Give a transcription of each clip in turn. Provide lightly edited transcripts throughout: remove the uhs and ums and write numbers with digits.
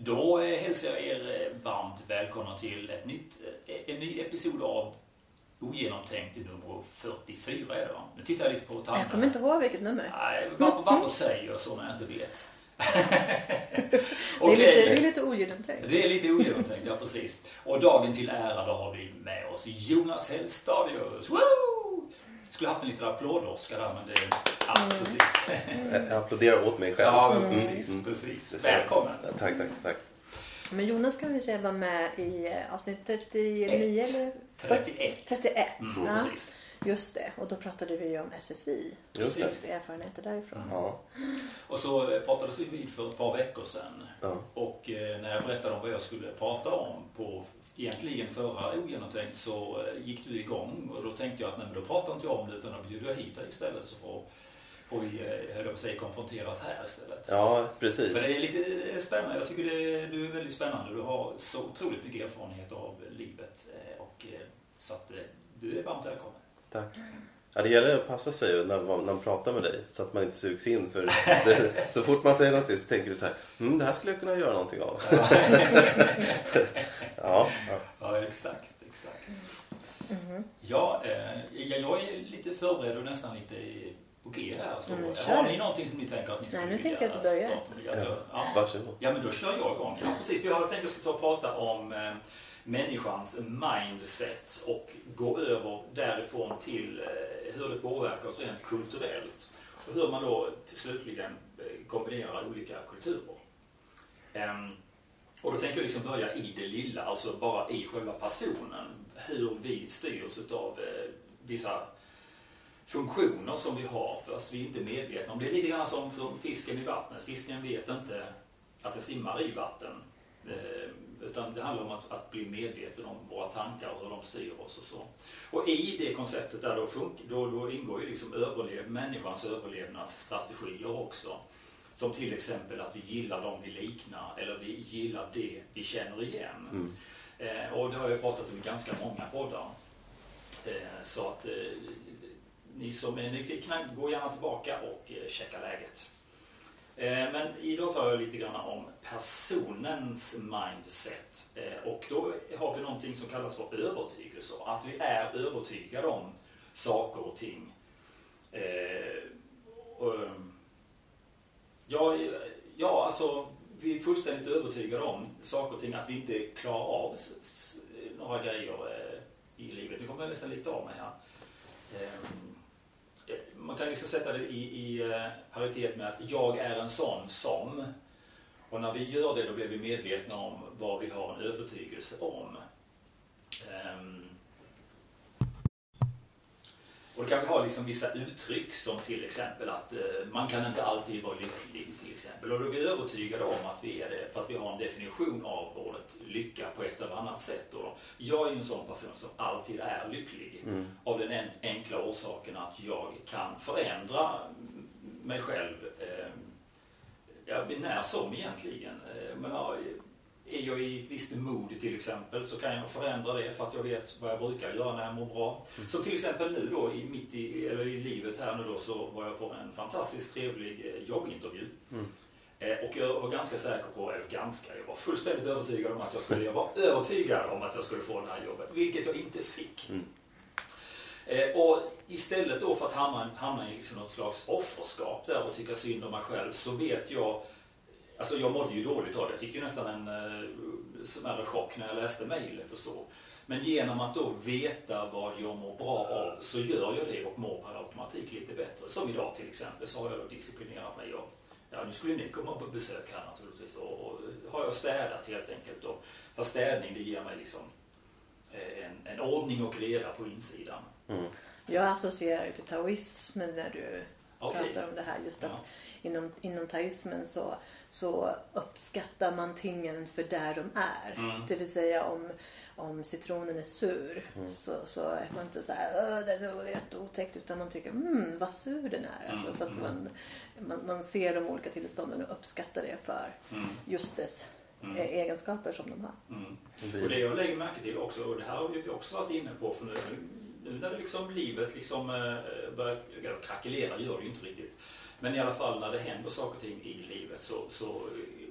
Då hälsar jag er varmt välkomna till en ny episod av Ogenomtänkt i nummer 44 är det, va? Nu tittar jag lite på tanken. Jag kommer inte ihåg vilket nummer. Nej, varför säger jag så när jag inte vet? Det är lite ogenomtänkt. Det är lite ogenomtänkt, ja precis. Och dagen till ära då har vi med oss Jonas Hellstadius. Woo! Jag skulle haft en liten applådåska där, men det... Ja, precis. Jag applåderar åt mig själv. Ja, men precis. Välkommen. Tack. Men Jonas kan vi säga var med i avsnitt 39 eller? 31. Ja, precis. just det. Och då pratade vi om SFI. Just det. Erfarenheter därifrån. Ja. Och så pratades vi vid för ett par veckor sedan. Ja. Och när jag berättade om vad jag skulle prata om på egentligen förra Ogenomtänkt så gick du igång. Och då tänkte jag att nej, men då pratar inte jag om det utan då bjuder jag hit dig istället så får vi, höll jag på sig, konfronteras här istället. Ja, precis. För det är lite spännande. Jag tycker du är väldigt spännande. Du har så otroligt mycket erfarenhet av livet. Så att du är varmt välkommen. Tack. Ja, det gäller att passa sig när man pratar med dig så att man inte sugs in. För så fort man säger något så tänker du så här, det här skulle jag kunna göra någonting av. Ja, exakt. Ja, jag är lite förberedd och nästan lite på G här. Så har ni någonting som ni tänker att ni skulle vilja tänker jag att du börjar? Varsågod. Ja, men då kör jag igång. Ja, precis. Vi har tänkt att jag ska ta och prata om människans mindset och gå över därifrån till hur det påverkar oss rent kulturellt. Och hur man då till slutligen kombinerar olika kulturer. Och då tänker jag liksom börja i det lilla, alltså bara i själva personen. Hur vi styrs av vissa funktioner som vi har fast vi inte är medvetna om. Det är lite grann som för fisken i vattnet. Fisken vet inte att den simmar i vatten. Utan det handlar om att bli medveten om våra tankar och hur de styr oss och så. Och i det konceptet där då ingår ju liksom människans överlevnadsstrategier också. Som till exempel att vi gillar dem vi liknar eller vi gillar det vi känner igen. Och det har jag pratat om i ganska många poddar. Så att ni som är nyfikna, gå gärna tillbaka och checka läget. Men idag tar jag lite grann om personens mindset. Och då har vi någonting som kallas för övertygelse. Att vi är övertygade om saker och ting. Alltså vi är fullständigt övertygade om saker och ting. Att vi inte klarar av några grejer i livet. Nu kommer jag nästan lite av mig här. Man kan liksom sätta det i paritet med att jag är en sån som. Och när vi gör det då blir vi medvetna om vad vi har en övertygelse om. Och då kan vi ha liksom vissa uttryck som till exempel att man kan inte alltid vara lycklig till exempel. Och då är vi övertygade om att vi är det för att vi har en definition av ordet lycka på ett eller annat sätt. Och jag är en sån person som alltid är lycklig av den enkla orsaken att jag kan förändra mig själv när som egentligen. Är jag i ett visst mod till exempel så kan jag förändra det för att jag vet vad jag brukar göra när jag mår bra. Så till exempel nu då i livet här nu då så var jag på en fantastiskt trevlig jobbintervju. Och jag var ganska säker på, jag var fullständigt övertygad om att jag skulle få det här jobbet, vilket jag inte fick. Och istället då för att hamna i liksom något slags offerskap där och tycka synd om mig själv så vet jag. Alltså jag mådde ju dåligt av det. Jag fick ju nästan en smärre chock när jag läste mejlet och så. Men genom att då veta vad jag mår bra av så gör jag det och mår per automatik lite bättre. Som idag till exempel så har jag disciplinerat mig. Nu skulle ni komma på besök här naturligtvis. Och har jag städat helt enkelt. För städning det ger mig liksom en ordning och reda på insidan. Jag associerar ju till taoismen när du pratar om det här. Just att inom taoismen så uppskattar man tingen för där de är. Det vill säga om citronen är sur så är man inte så här det är jätteotäckt utan man tycker vad sur den är. Alltså, så att man ser de olika tillstånden och uppskattar det för just dess egenskaper som de har. Och det jag lägger märke till också, och det här har vi också varit inne på för nu när det liksom livet liksom börjar krackelera, gör det ju inte riktigt. Men i alla fall när det händer saker och ting i livet så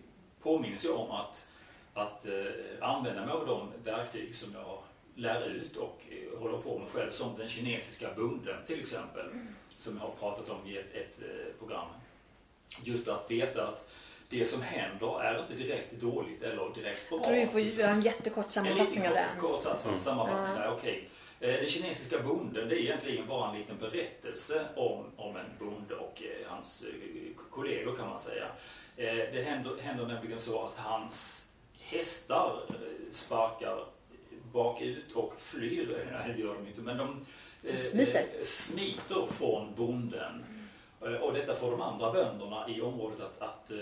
påminns jag om att använda mig av de verktyg som jag lär ut och håller på med själv, som den kinesiska bunden till exempel, som jag har pratat om i ett program. Just att veta att det som händer är inte direkt dåligt eller direkt bra. Jag tror vi får göra en jättekort sammanfattning av det. Sammanfattning där, okej. Den kinesiska bonden, det är egentligen bara en liten berättelse om en bonde och hans kollegor, kan man säga. Det händer nämligen så att hans hästar sparkar bakut och flyr. Nej, det gör de inte, men de smiter från bonden. Och detta får de andra bönderna i området att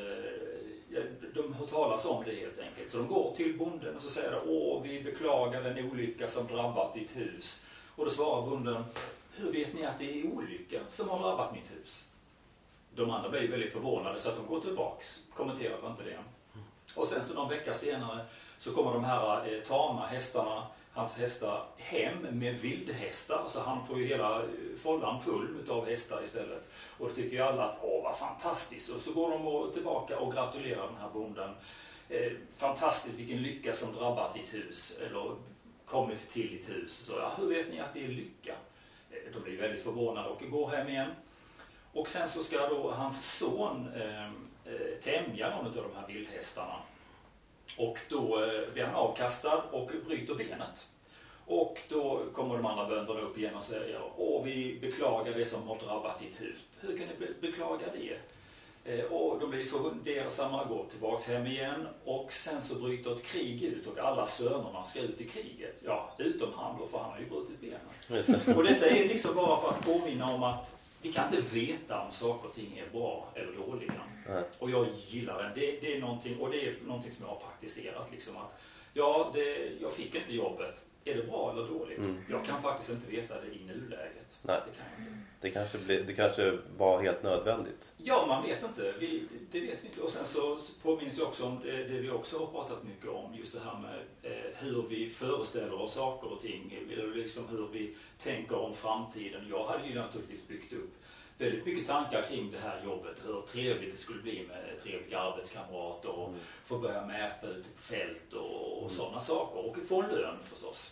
de hör talas om det helt enkelt. Så de går till bonden och så säger de: vi beklagar den olycka som drabbat ditt hus. Och då svarar bonden: hur vet ni att det är olycka som har drabbat mitt hus? De andra blir väldigt förvånade, så att de går tillbaks, kommenterar inte det. Och sen så någon vecka senare så kommer de här tama hästarna, hans hästar, hem med vildhästar. Så han får ju hela follan full av hästar istället. Och då tycker ju alla att vad fantastiskt. Och så går de tillbaka och gratulerar den här bonden. Fantastiskt, vilken lycka som drabbat ditt hus. Eller kommit till ditt hus. Så hur vet ni att det är lycka? De blir väldigt förvånade och går hem igen. Och sen så ska då hans son tämja någon av de här vildhästarna. Och då blir han avkastad och bryter benet. Och då kommer de andra bönderna upp igen och säger: vi beklagar det som har drabbat ditt hus. Hur kan ni beklaga det? Och de blir fundersamma, går tillbaks hem igen. Och sen så bryter ett krig ut och alla sönerna ska ut i kriget. Ja, utom han då, för han har ju brutit benet. Och detta är liksom bara för att påminna om att vi kan inte veta om saker och ting är bra eller dåliga. Nej. Och jag gillar den. Det är någonting, och det är någonting som jag har praktiserat. Liksom att, jag fick inte jobbet. Är det bra eller dåligt? Jag kan faktiskt inte veta det i nuläget. Nej. Det kan jag inte. Det kanske var helt nödvändigt. Ja, man vet inte. Det vet vi inte. Och sen så påminns jag också om det vi också har pratat mycket om. Just det här med hur vi föreställer oss saker och ting. Liksom hur vi tänker om framtiden. Jag hade ju naturligtvis byggt upp väldigt mycket tankar kring det här jobbet. Hur trevligt det skulle bli med trevliga arbetskamrater och få börja mäta ute på fält och sådana saker. Och få en lön förstås.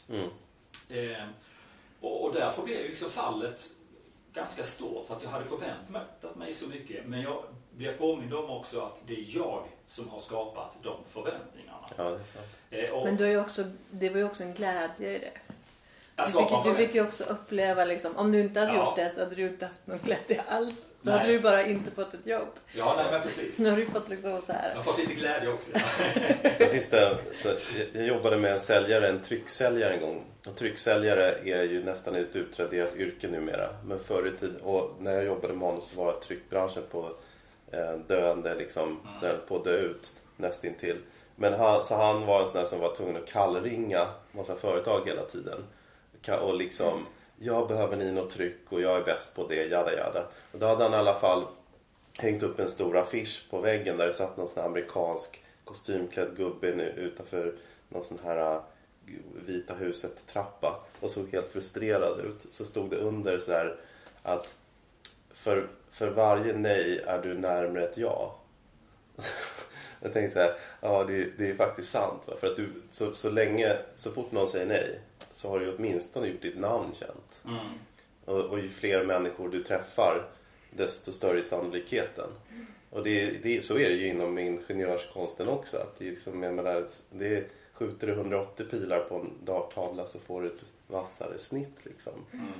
Och därför blev liksom fallet ganska stort, för att jag hade förväntat mig så mycket. Men jag blev påmind om också att det är jag som har skapat de förväntningarna. Ja, det är sant. Men det var ju också en glädje i det. Du fick ju också uppleva liksom, om du inte hade gjort det så hade du inte haft någon glädje alls. Då hade du bara inte fått ett jobb. Ja, nej, men precis. Nu har du fått liksom så här. Jag har fått lite glädje också. Sen finns jag jobbade med en trycksäljare en gång. Och trycksäljare är ju nästan ett utraderat yrke numera. Men förr i tiden, och när jag jobbade med honom så var tryckbranschen på döende liksom, på att dö ut nästintill. Men han var en sån där som var tvungen att kallringa massa företag hela tiden. Och liksom, jag behöver ni något tryck och jag är bäst på det, jada. Och då hade han i alla fall hängt upp en stor affisch på väggen där det satt någon sån här amerikansk kostymklädd gubbe utanför någon sån här Vita huset trappa och såg helt frustrerad ut. Så stod det under så här att för varje nej är du närmare ett ja. Jag tänkte så här, ja det är faktiskt sant. Va? För att du så fort någon säger nej så har du åtminstone gjort ditt namn känt. Och ju fler människor du träffar desto större är sannolikheten. Och så är det ju inom ingenjörskonsten också. Att det är liksom, skjuter du 180 pilar på en darttavla så får du ett vassare snitt liksom.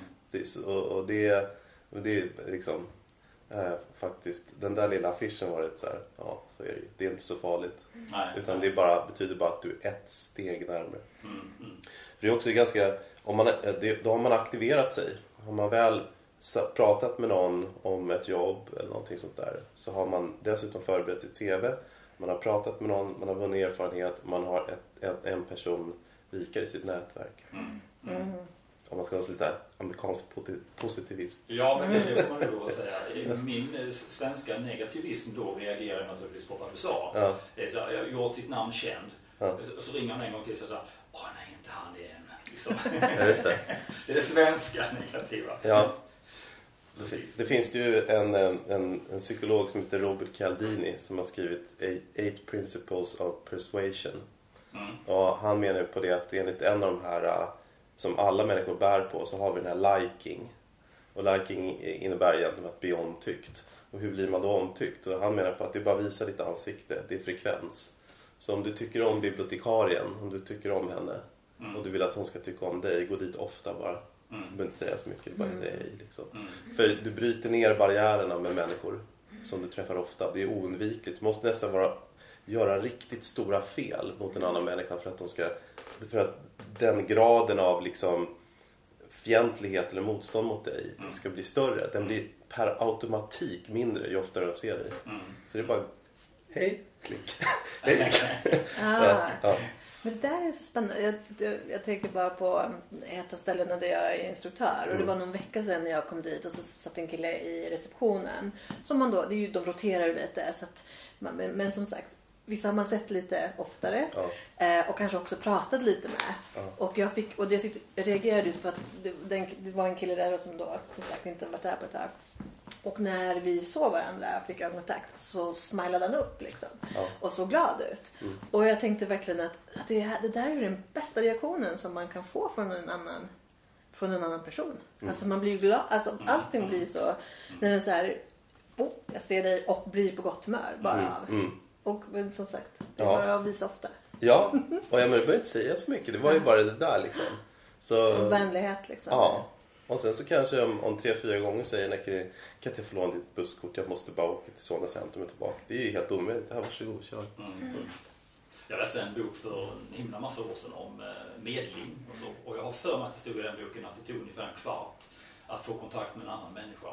Det är liksom faktiskt, den där lilla affischen var det så här, ja så är det ju. Det är inte så farligt. Utan det betyder bara att du är ett steg närmare. För det är också ganska, då har man aktiverat sig. Har man väl pratat med någon om ett jobb eller någonting sånt där, så har man dessutom förberett sitt CV. Man har pratat med någon, man har vunnit erfarenhet, man har en person lika i sitt nätverk. Om man ska ha lite så här amerikansk positivism. Ja, men det får man ju då säga. Min svenska negativism då reagerar naturligtvis på vad du sa. Ja. Det är så här, jag har gjort sitt namn känd. Ja. Så ringer han en gång till och säger nej, inte han igen. Liksom. Ja, just det. Det är det svenska negativa. Ja. Det finns ju en psykolog som heter Robert Cialdini som har skrivit 8 Principles of Persuasion. Och han menar på det att enligt en av de här som alla människor bär på så har vi den här liking. Och liking innebär egentligen att bli omtyckt. Och hur blir man då omtyckt? Och han menar på att det bara visar ditt ansikte, det är frekvens. Så om du tycker om bibliotekarien, om du tycker om henne och du vill att hon ska tycka om dig, gå dit ofta bara. Du behöver inte säga så mycket, bara dig liksom. För du bryter ner barriärerna med människor som du träffar ofta. Det är oundvikligt. Du måste nästan göra riktigt stora fel mot en annan människa för att den graden av liksom fientlighet eller motstånd mot dig ska bli större. Den blir per automatik mindre ju oftare de ser dig. Så det är bara hej, klick. Hej. Ja. Men det där är så spännande. Jag tänker bara på ett av ställena där jag är instruktör. Och det var någon vecka sedan när jag kom dit och så satt en kille i receptionen. Som man då, de roterar ju lite. Så att men som sagt, vissa har man sett lite oftare. Och kanske också pratat lite med. Och jag reagerade just på att det var en kille där som då som sagt inte varit där på ett tag. Och när vi såg varandra, fick ögonkontakt, så smilade han upp liksom. Och så glad ut. Och jag tänkte verkligen att det där är den bästa reaktionen som man kan få från en annan person. Alltså man blir glad, alltså allting blir så när den så här, jag ser dig och blir på gott humör bara av. Och som sagt, det är bara att visa ofta. Ja, och jag behöver inte säga så mycket, det var ju bara det där liksom. Så vänlighet liksom. Ja. Och sen så kanske om 3-4 gånger säger kan jag få låna ditt busskort, jag måste bara åka till Solna centrum och tillbaka. Det är ju helt omöjligt. Här, varsågod, kör. Jag läste en bok för en himla massa år sedan om medling och så. Och jag har för mig att det stod i den boken att det tog ungefär en kvart att få kontakt med en annan människa.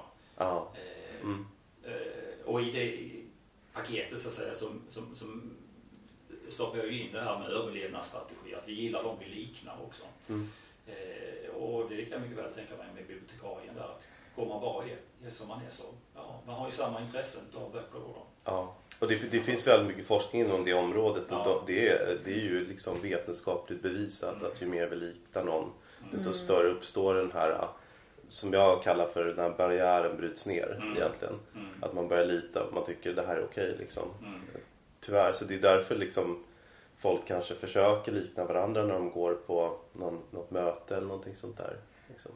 Och i det paketet så att säga som stoppar jag ju in det här med överlevnadsstrategi. Att vi gillar dem vi liknar också. Och det kan jag mycket väl tänka mig med bibliotekarien där. Att går man bara är som man är så. Ja, man har ju samma intressen av böcker då. Ja, och det finns väldigt mycket forskning inom det området. Och det är ju liksom vetenskapligt bevisat att ju mer vi liknar någon, desto större uppstår den här, som jag kallar för den här barriären bryts ner egentligen. Att man börjar lita, att man tycker det här är okej liksom. Tyvärr, så det är därför liksom folk kanske försöker likna varandra när de går på något möte eller någonting sånt där. Liksom.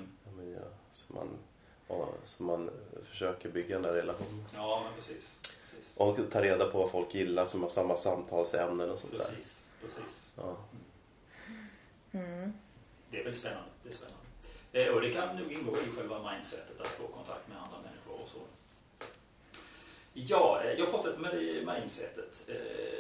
Så man försöker bygga den där relationen. Ja, men precis. Och ta reda på vad folk gillar som har samma samtalsämnen och sånt där. Precis. Ja. Det är väl spännande. Det är spännande. Och det kan nog ingå i själva mindsetet att få kontakt med andra människor och så. Ja, jag fortsätter med det mindsetet.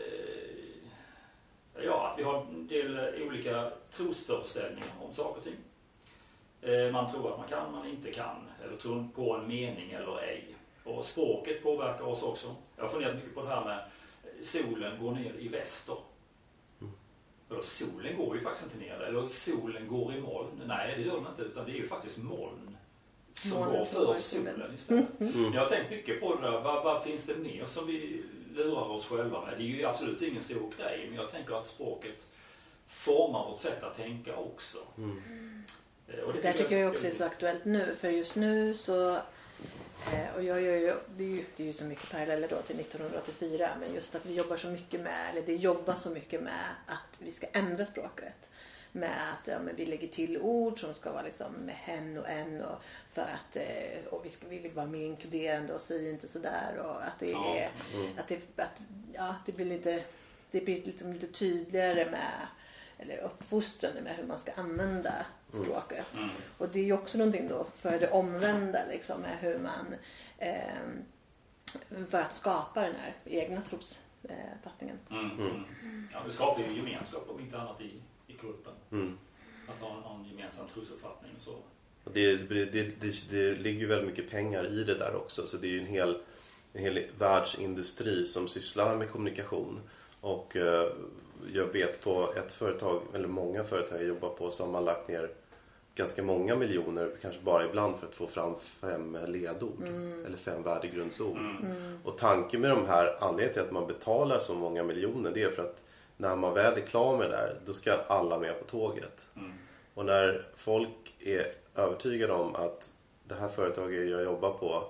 Ja, vi har en del olika trosföreställningar om saker och ting. Man tror att man kan, man inte kan. Eller tror på en mening eller ej. Och språket påverkar oss också. Jag har funderat mycket på det här med solen går ner i väster. Eller solen går ju faktiskt inte ner. Eller solen går i moln. Nej, det gör den inte. Utan det är ju faktiskt moln som går för solen istället. Jag har tänkt mycket på det där. Vad finns det mer som vi lurar oss själva med? Det är ju absolut ingen stor grej. Men jag tänker att språket formar vårt sätt att tänka också. Och det där tycker jag också är så aktuellt nu. För just nu så... Och jag gör ju, det är ju så mycket paralleller då till 1984. Men just att vi jobbar så mycket med... Eller det jobbas så mycket med att vi ska ändra språket. Med att men vi lägger till ord som ska vara liksom med hen och en. Och för att och vi vill vara mer inkluderande och säga inte sådär. Och att det är... det blir liksom lite tydligare med... Eller uppfostrande med hur man ska använda språket. Och det är ju också någonting då för det omvända liksom, med hur man för att skapa den här egna trosuppfattningen. Ja, det skapar ju gemenskap om inte annat i gruppen. Att ha en gemensam trosuppfattning och så. Och det ligger ju väldigt mycket pengar i det där också. Så det är ju en hel världsindustri som sysslar med kommunikation. Och jag vet på ett företag, eller många företag jag jobbar på, som har lagt ner ganska många miljoner, kanske bara ibland, för att få fram 5 ledord eller 5 värdegrundsord. Och tanken med de här, anledningen till att man betalar så många miljoner, det är för att när man väl är klar med det där, då ska alla med på tåget. Och när folk är övertygade om att det här företaget jag jobbar på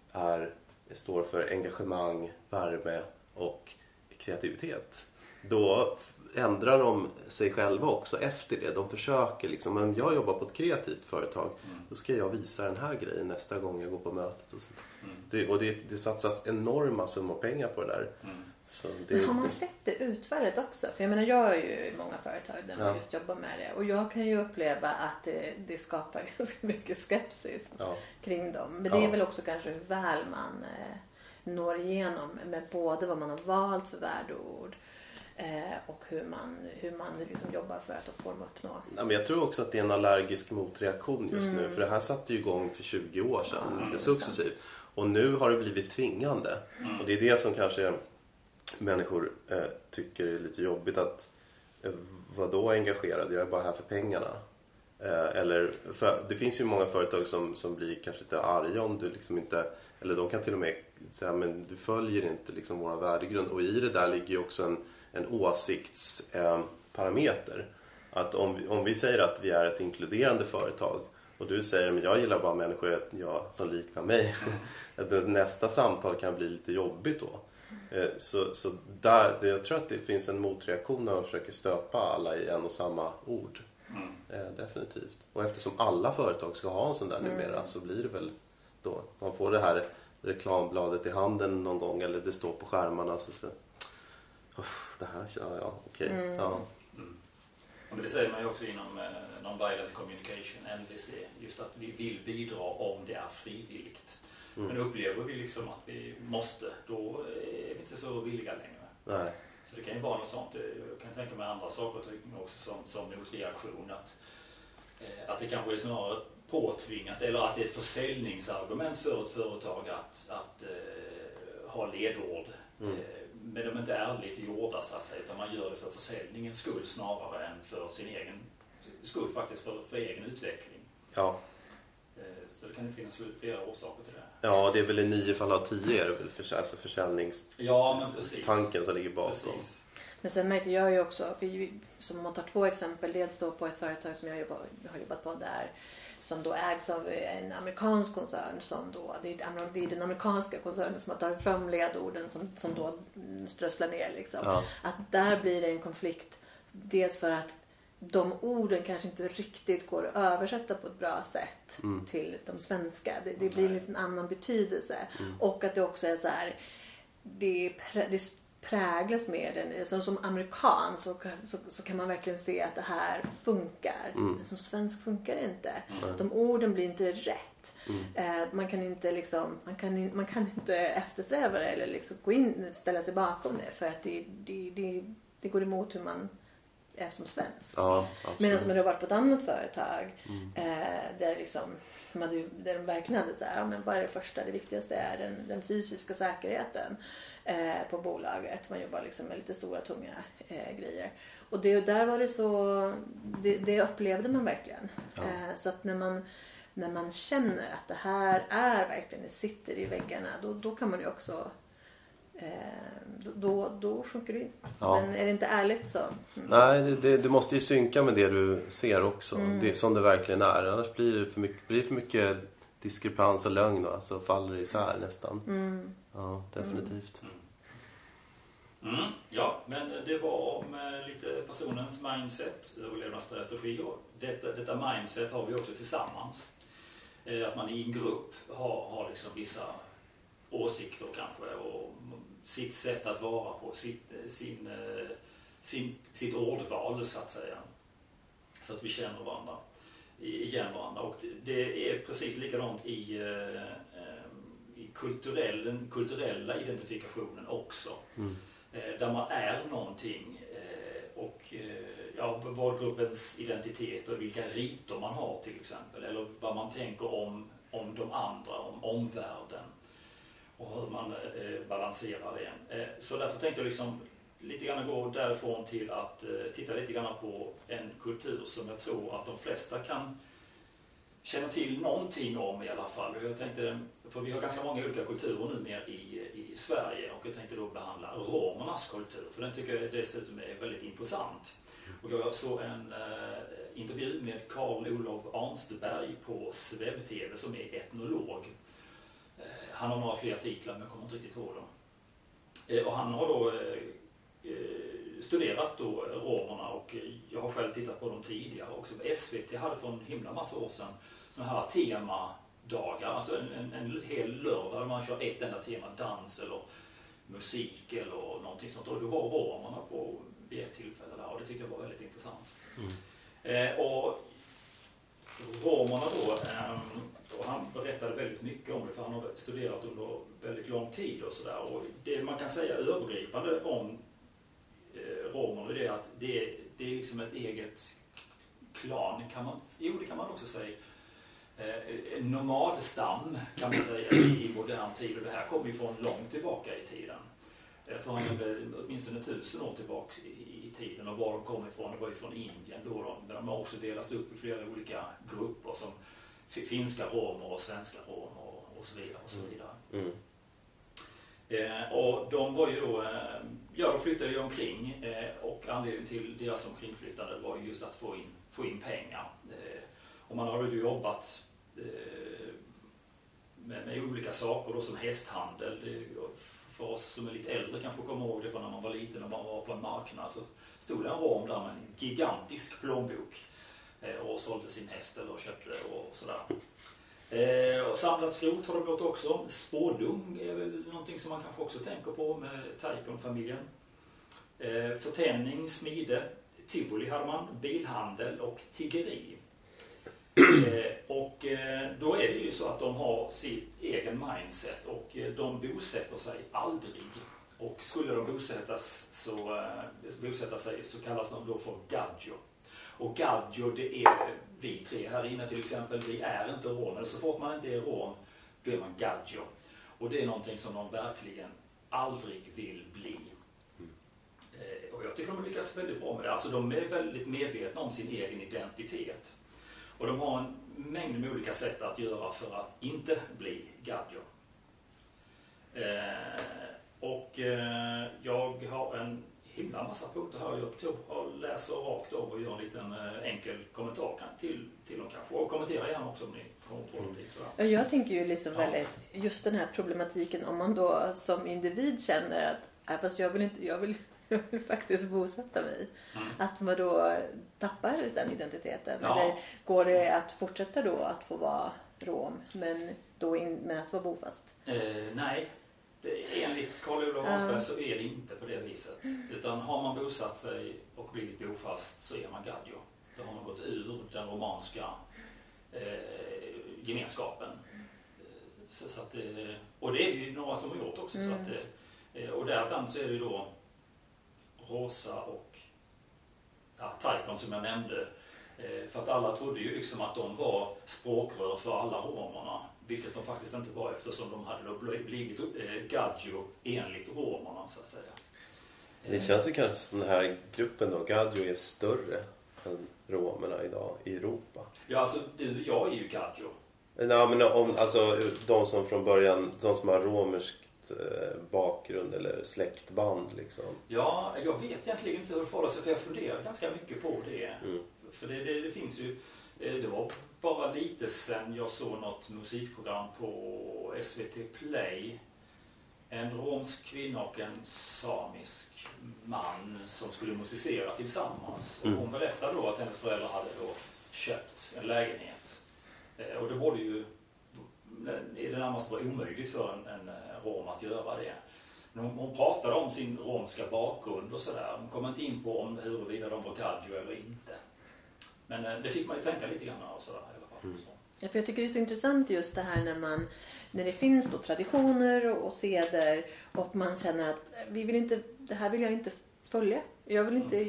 står för engagemang, värme och kreativitet. Då ändrar de sig själva också efter det. De försöker liksom, om jag jobbar på ett kreativt företag, då ska jag visa den här grejen nästa gång jag går på mötet. Och det satsas enorma summor pengar på det där. Så men har man sett det utfallet också? För jag menar, jag är ju i många företag där man just jobbar med det. Och jag kan ju uppleva att det skapar ganska mycket skepsis kring dem. Men det är väl också kanske hur väl man når igenom med både vad man har valt för värdeord och hur man liksom jobbar för att få dem uppnå. Ja, men jag tror också att det är en allergisk motreaktion just nu. För det här satte ju igång för 20 år sedan, lite successivt. Och nu har det blivit tvingande. Och det är det som kanske människor tycker är lite jobbigt, att vad då engagerad? Jag är bara här för pengarna. Eller för, det finns ju många företag som blir kanske lite arga om du liksom inte, eller de kan till och med säga, men du följer inte liksom våra värdegrund. Och i det där ligger ju också en åsiktsparameter. Att om vi säger att vi är ett inkluderande företag och du säger, men jag gillar bara människor som liknar mig. Nästa samtal kan bli lite jobbigt då. Så där, jag tror att det finns en motreaktion när man försöker stöpa alla i en och samma ord. Definitivt. Och eftersom alla företag ska ha en sån där numera, så blir det väl då man får det här reklambladet i handen någon gång, eller det står på skärmarna, så det här, okej. Och det säger man ju också inom Non-Violent Communication, NVC, just att vi vill bidra om det är frivilligt. Men upplever vi liksom att vi måste, då är vi inte så villiga längre. Nej. Så det kan ju vara något sånt. Jag kan tänka mig andra saker också som motreaktion. Att det kanske är snarare påtvingat, eller att det är ett försäljningsargument för ett företag att ha ledord. Men de är inte ärligt gjorda, så att säga, utan man gör det för försäljningens skull snarare än för sin egen skull, faktiskt för egen utveckling. Ja. Så det kan ju finnas flera orsaker till det. Ja, det är väl i 9 fall av 10 är det väl försäljningstanken som ligger bakom. Precis. Men sen märkte jag ju också, som man tar 2 exempel, dels då på ett företag som jag har jobbat på där, som då ägs av en amerikansk koncern, som då, det är den amerikanska koncernen som har tagit fram ledorden som då strösslar ner liksom. Ja. Att där blir det en konflikt, dels för att de orden kanske inte riktigt går att översätta på ett bra sätt till de svenska. Det blir en annan betydelse. Och att det också är så här, det präglas mer. Som amerikan så kan man verkligen se att det här funkar. Som svensk funkar det inte. De orden blir inte rätt. Man kan inte liksom, man kan inte eftersträva det eller liksom gå in och ställa sig bakom det, för att det går emot hur man är som svensk. Ja, medan som man har varit på ett annat företag där liksom där de verkligen hade så här, men vad är det första, det viktigaste är den fysiska säkerheten på bolaget. Man jobbar liksom med lite stora tunga grejer. Och där var det så, det upplevde man verkligen. Så att när man känner att det här är verkligen, det sitter i väggarna, då kan man ju också då sjunker du in. Ja. Men är det inte ärligt så? Nej, det måste ju synka med det du ser också. Det, som det verkligen är. Annars blir det för mycket diskrepans och lögn, så faller det isär nästan. Ja, definitivt. Ja, men det var om lite personens mindset, överlevnadsstrategi. Detta mindset har vi också tillsammans. Att man i en grupp har liksom vissa åsikter kanske, och sitt sätt att vara på, sitt ordval, så att säga. Så att vi känner varandra, igen varandra. Och det är precis likadant i den kulturella identifikationen också. Där man är någonting och valgruppens identitet och vilka riter man har till exempel, eller vad man tänker om de andra, om omvärlden. Och hur man balanserar det. Så därför tänkte jag liksom lite grann gå därifrån till att titta lite grann på en kultur som jag tror att de flesta kan känner till någonting om i alla fall. Jag tänkte, för vi har ganska många olika kulturer nu mer i Sverige, och jag tänkte då behandla romernas kultur, för den tycker jag dessutom är väldigt intressant. Och jag såg en intervju med Carl-Olof Arnstberg på Sveb-TV som är etnolog. Han har några fler titlar men jag kommer inte riktigt ihåg dem. Och han har då studerat då romerna, och jag har själv tittat på dem tidigare också. SVT hade för en himla massa år sedan såna här temadagar, alltså en hel lördag där man kör ett enda tema, dans eller musik eller någonting sånt. Och då var romerna på vid ett tillfälle där, och det tyckte jag var väldigt intressant. Och romerna då, och han berättade väldigt mycket om det, för han har studerat under väldigt lång tid och sådär. Och det man kan säga övergripande om romerna är att det är liksom ett eget klan, det kan man också säga. Nomadstam kan man säga i modern tid, och det här kommer ju från långt tillbaka i tiden. Jag tror han gjorde åtminstone 1000 år tillbaka i tiden, och var de kom ifrån, det var ju från Indien då, men de har också delats upp i flera olika grupper som finska romer och svenska romer och så vidare och så vidare. Och de var ju då, de flyttade ju omkring, och anledningen till deras omkringflyttande var ju just att få in pengar. Och man har ju jobbat med olika saker då, som hästhandel. För oss som är lite äldre kanske kommer ihåg det från när man var liten och man var på en marknad, så stod det en rom där med en gigantisk plånbok och sålde sin häst eller köpte och sådär. Och samlat skrot har de gjort också. Spådung är väl någonting som man kanske också tänker på med Taikon-familjen. Förtänning, smide, tivoli hade man, bilhandel och tiggeri. Och då är det ju så att de har sitt egen mindset, och de bosätter sig aldrig. Och skulle de bosätta sig så kallas de då för gaggio. Och gaggio, det är vi tre här inne till exempel, vi är inte rom. Eller så fort man inte är rom, då är man gaggio. Och det är någonting som de verkligen aldrig vill bli. Och jag tycker de lyckas väldigt bra med det. Alltså de är väldigt medvetna om sin egen identitet. Och de har en mängd med olika sätt att göra för att inte bli gaggio. Jag har en himla massa punkter här. Jag läser rakt av och gör en liten enkel kommentar till dem kanske. Och kommentera gärna också om ni kommer på någonting. Sådär. Jag tänker ju liksom väldigt, just den här problematiken om man då som individ känner att fast jag vill faktiskt bosätta mig. Att man då tappar den identiteten. Ja. Eller går det att fortsätta då att få vara rom men att vara bofast? Nej. Enligt Carl-Olof Arnstberg så är det inte på det viset. Utan har man bosatt sig och blivit bofast så är man gaggio. Då har man gått ur den romanska gemenskapen. Så att, och det är ju några som har gjort också. Så att, och däribland så är det ju då Rosa och Taikon som jag nämnde. För att alla trodde ju liksom att de var språkrör för alla romerna. Vilket de faktiskt inte var, eftersom de hade då blivit gaggio enligt romerna så att säga. Det känns ju kanske som den här gruppen då, gaggio är större än romerna idag i Europa. Ja, alltså jag är ju gaggio. Ja, men alltså de som från början, de som har romerskt bakgrund eller släktband liksom. Ja, jag vet egentligen inte hur det förhåller sig, för jag funderar ganska mycket på det. För det finns ju, det var bara lite sen jag såg något musikprogram på SVT Play. En romsk kvinna och en samisk man som skulle musicera tillsammans. Och hon berättade då att hennes föräldrar hade då köpt en lägenhet. Och det borde ju är det närmast var omöjligt för en rom att göra det. Men hon pratade om sin romska bakgrund och sådär. Hon kom inte in på om huruvida de var gaggio eller inte. Men det fick man ju tänka lite grann och sådär i alla fall. Ja, för jag tycker det är så intressant just det här när det finns då traditioner och seder och man känner att det här vill jag inte följa. Jag vill inte,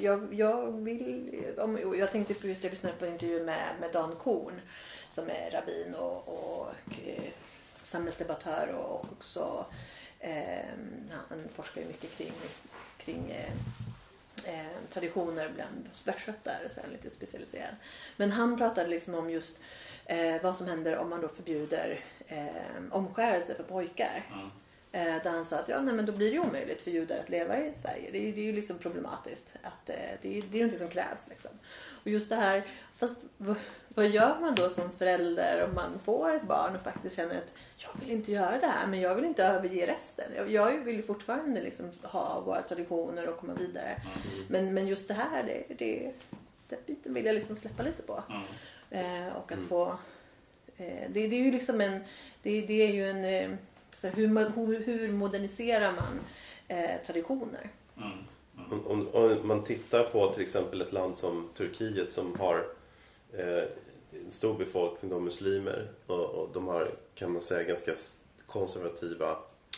jag tänkte på jag lyssnade på en intervju med Dan Korn som är rabbin och samhällsdebattör och också han forskar ju mycket kring traditioner bland västgötar, så är lite specialiserad. Men han pratade liksom om just vad som händer om man då förbjuder omskärelse för pojkar. Där han sa att men då blir det omöjligt för judar att leva i Sverige. Det är ju liksom problematiskt. Att, det är ju inte som krävs. Liksom. Och just det här, fast vad gör man då som förälder om man får ett barn och faktiskt känner att jag vill inte göra det här, men jag vill inte överge resten. Jag vill ju fortfarande liksom ha våra traditioner och komma vidare. Men just det här, den biten vill jag liksom släppa lite på. Och att få... Det är ju liksom det är ju en... Så hur moderniserar man traditioner? Om man tittar på till exempel ett land som Turkiet som har en stor befolkning av muslimer och de har, kan man säga, ganska konservativa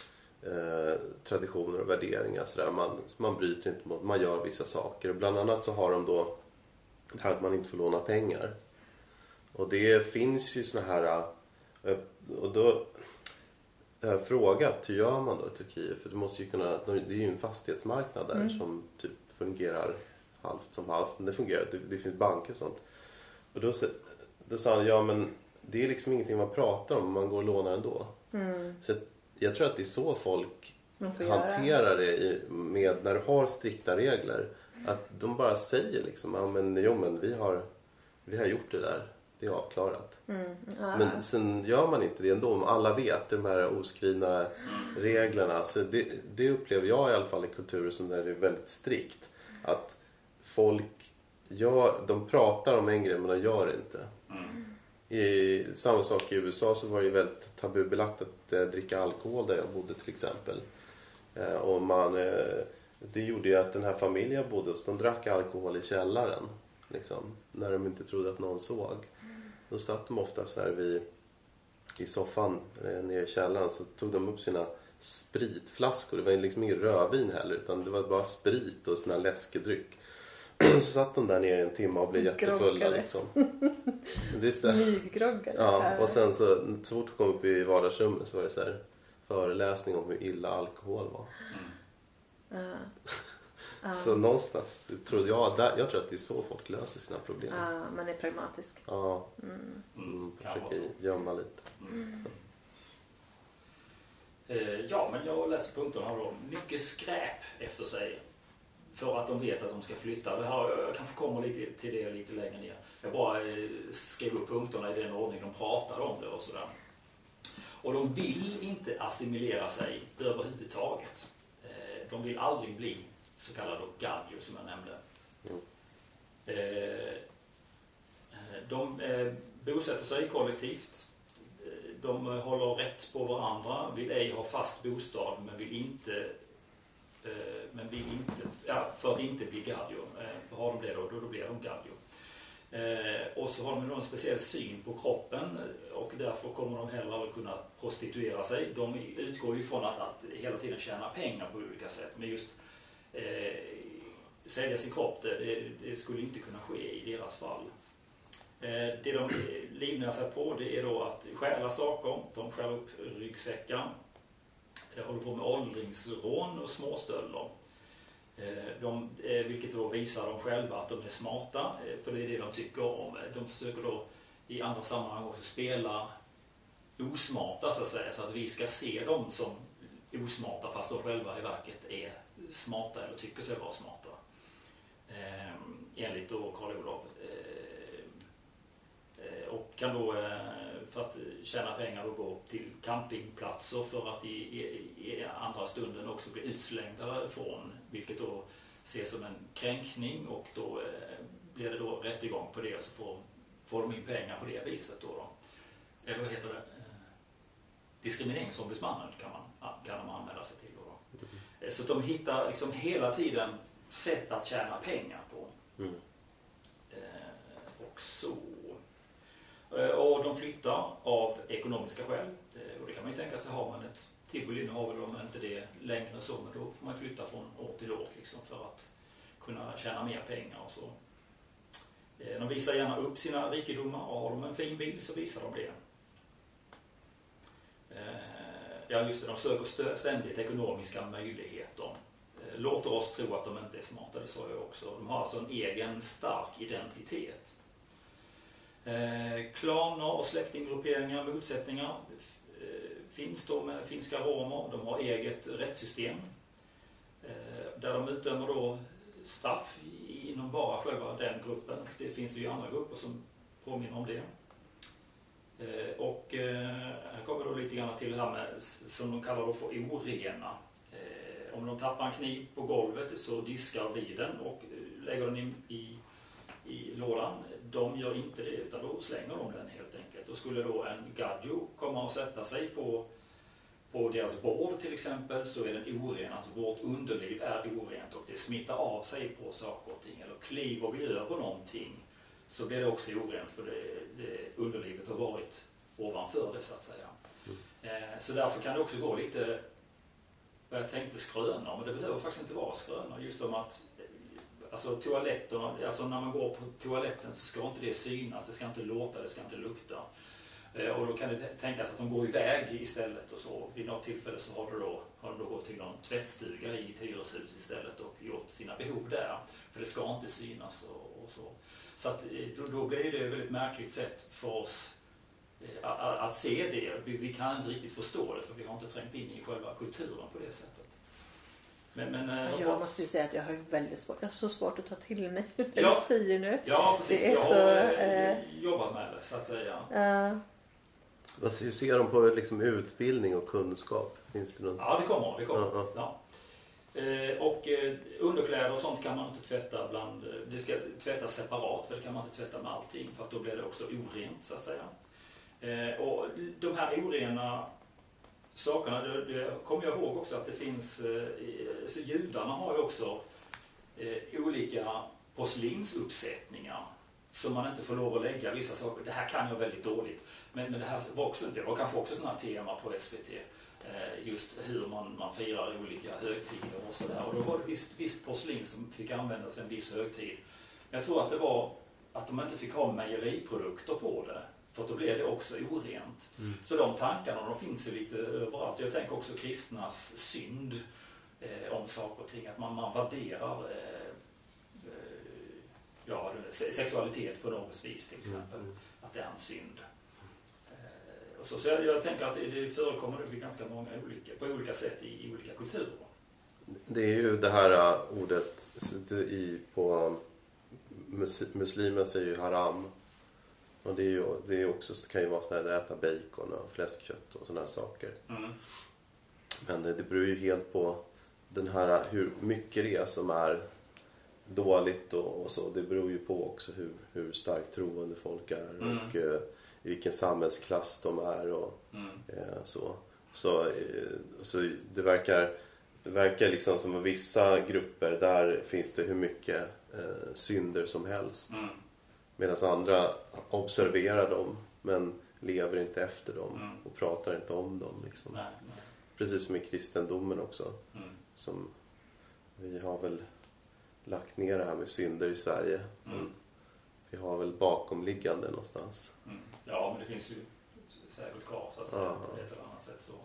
traditioner och värderingar. Så där. Man bryter inte mot, man gör vissa saker. Och bland annat så har de då det här att man inte får låna pengar. Och det finns ju såna här... Och då... Jag har frågat hur gör man då i Turkiet, för det måste ju kunna, det är ju en fastighetsmarknad där som typ fungerar halvt som halvt, men det fungerar, det finns banker och sånt. Och då sa han, men det är liksom ingenting man pratar om, man går och lånar ändå. Så jag tror att det är så folk hanterar det med när du har strikta regler, att de bara säger liksom, men vi har gjort det där. Det är avklarat. Men sen gör man inte det ändå. Om alla vet de här oskrivna reglerna. Så det upplever jag i alla fall i kulturer som där det är väldigt strikt. Att folk de pratar om en grej men de gör det inte. Samma sak i USA så var det väldigt tabubelagt att dricka alkohol där jag bodde till exempel. Och det gjorde ju att den här familjen jag bodde hos, de drack alkohol i källaren. Liksom, när de inte trodde att någon såg. Då satt de ofta så här i soffan nere i källaren, så tog de upp sina spritflaskor. Det var liksom ingen rödvin heller, utan det var bara sprit och sån här läskedryck. Så satt de där nere i en timme och blev jättefulla liksom. Smyggroggare. Ja, och sen så fort de kom upp i vardagsrummet så var det så här föreläsning om hur illa alkohol var. Så någonstans tror jag tror att det är så folk löser sina problem. Man är pragmatisk. Ja. Försöker gömma lite. Ja, men jag läser punkterna då. Mycket skräp efter sig för att de vet att de ska flytta. Jag kanske kommer lite till det lite längre ner. Jag bara skrev upp punkterna i den ordning de pratade om det och sådär. Och de vill inte assimilera sig överhuvudtaget. De vill aldrig bli så kallad gadio som jag nämnde. De bosätter sig kollektivt. De håller rätt på varandra. Vill ej ha fast bostad men vill inte för att inte bli gadio. För har de det då blir de gadio. Och så har de en speciell syn på kroppen och därför kommer de heller aldrig kunna prostituera sig. De utgår ju från att hela tiden tjäna pengar på olika sätt. Men just sälja sin kropp, det skulle inte kunna ske i deras fall. Det de livnär sig på, det är då att stjäla saker. De stjäl upp ryggsäckar. De håller på med åldringsrån och småstölder. Vilket då visar dem själva att de är smarta, för det är det de tycker om. De försöker då i andra sammanhang också spela osmarta så att säga, så att vi ska se dem som osmarta fast de själva i verket är smarta eller tycker sig vara smarta. Enligt då Karl Olof. Och kan då för att tjäna pengar och gå till campingplatser för att i andra stunden också bli utslängda från, vilket då ses som en kränkning, och då blir det då rättegång på det, och så får de in pengar på det viset då. Eller vad heter det? Diskrimineringsombudsmannen kan de anmäla sig till då. Så de hittar liksom hela tiden sätt att tjäna pengar på. Och så. Och de flyttar av ekonomiska skäl. Och det kan man ju tänka sig, har man ett tibulinnehav och inte det längre så, men då får man flytta från år till år liksom, för att kunna tjäna mer pengar och så. De visar gärna upp sina rikedomar, och har de en fin bil så visar de det. Ja just det, de söker ständigt ekonomiska möjligheter. låter oss tro att de inte är smarta, det sa jag också. De har alltså en egen stark identitet. Klaner och släktinggrupperingar, motsättningar finns då med finska romer. De har eget rättssystem där de utdömer då straff inom bara själva den gruppen. Det finns ju andra grupper som påminner om det. Och här kommer då lite grann till det här med, som de kallar då för orena. Om de tappar en kniv på golvet så diskar vi den och lägger den i lådan. De gör inte det, utan då slänger de den helt enkelt. Och skulle då en gadjo komma och sätta sig på deras bord till exempel, så är den oren. Alltså vårt underliv är orent och det smittar av sig på saker och ting. Eller kliver vi över någonting så blir det också orent, för det underlivet har varit ovanför det så att säga. Så därför kan det också gå lite, vad jag tänkte, skrönor, men det behöver faktiskt inte vara skrönor. Just om att alltså toaletterna, alltså när man går på toaletten så ska inte det synas, det ska inte låta, det ska inte lukta. Och då kan det tänkas att de går iväg istället, och så vid något tillfälle så har de då gått till någon tvättstuga i ett hyreshus istället och gjort sina behov där. För det ska inte synas och så. Så att då blir det ett väldigt märkligt sätt för oss att se det. Vi kan inte riktigt förstå det, för vi har inte trängt in i själva kulturen på det sättet. Jag måste ju säga att jag har så svårt att ta till mig det du säger nu. Ja, precis. Det är jag har jobbat med det så att säga. Hur ser de på liksom utbildning och kunskap? Finns det någon? Ja, det kommer. Ja. Och underkläder och sånt kan man inte tvätta det ska tvättas separat, för det kan man inte tvätta med allting, för att då blir det också orent så att säga. Och de här orena sakerna, det kommer jag ihåg också att det finns, så judarna har ju också olika porslinsuppsättningar som man inte får lov att lägga vissa saker. Det här kan jag väldigt dåligt, men det här det var kanske också sådana tema på SVT, just hur man firar olika högtider och sådär. Och då var det visst porslin som fick användas en viss högtid. Jag tror att det var att de inte fick ha mejeriprodukter på det, för då blev det också orent. Så de tankarna, de finns ju lite överallt. Jag tänker också kristnas synd om saker och ting. Att man värderar sexualitet på något vis till exempel. Att det är en synd. Så jag tänker att det förekommer ganska många på olika sätt i olika kulturer. Det är ju det här ordet på muslimen säger ju haram. Och det är också, kan ju vara sådär att äta bacon och fläskkött och sådana här saker. Men det beror ju helt på den här, hur mycket det är som är dåligt och så. Det beror ju på också hur starkt troende folk är och i vilken samhällsklass de är och så det verkar liksom som att vissa grupper, där finns det hur mycket synder som helst. Medan andra observerar dem men lever inte efter dem och pratar inte om dem liksom. Nej. Precis som i kristendomen också. Som vi har väl lagt ner det här med synder i Sverige. Vi har väl bakomliggande någonstans. Ja, men det finns ju säkert kvar så att säga på ett eller annat sätt så.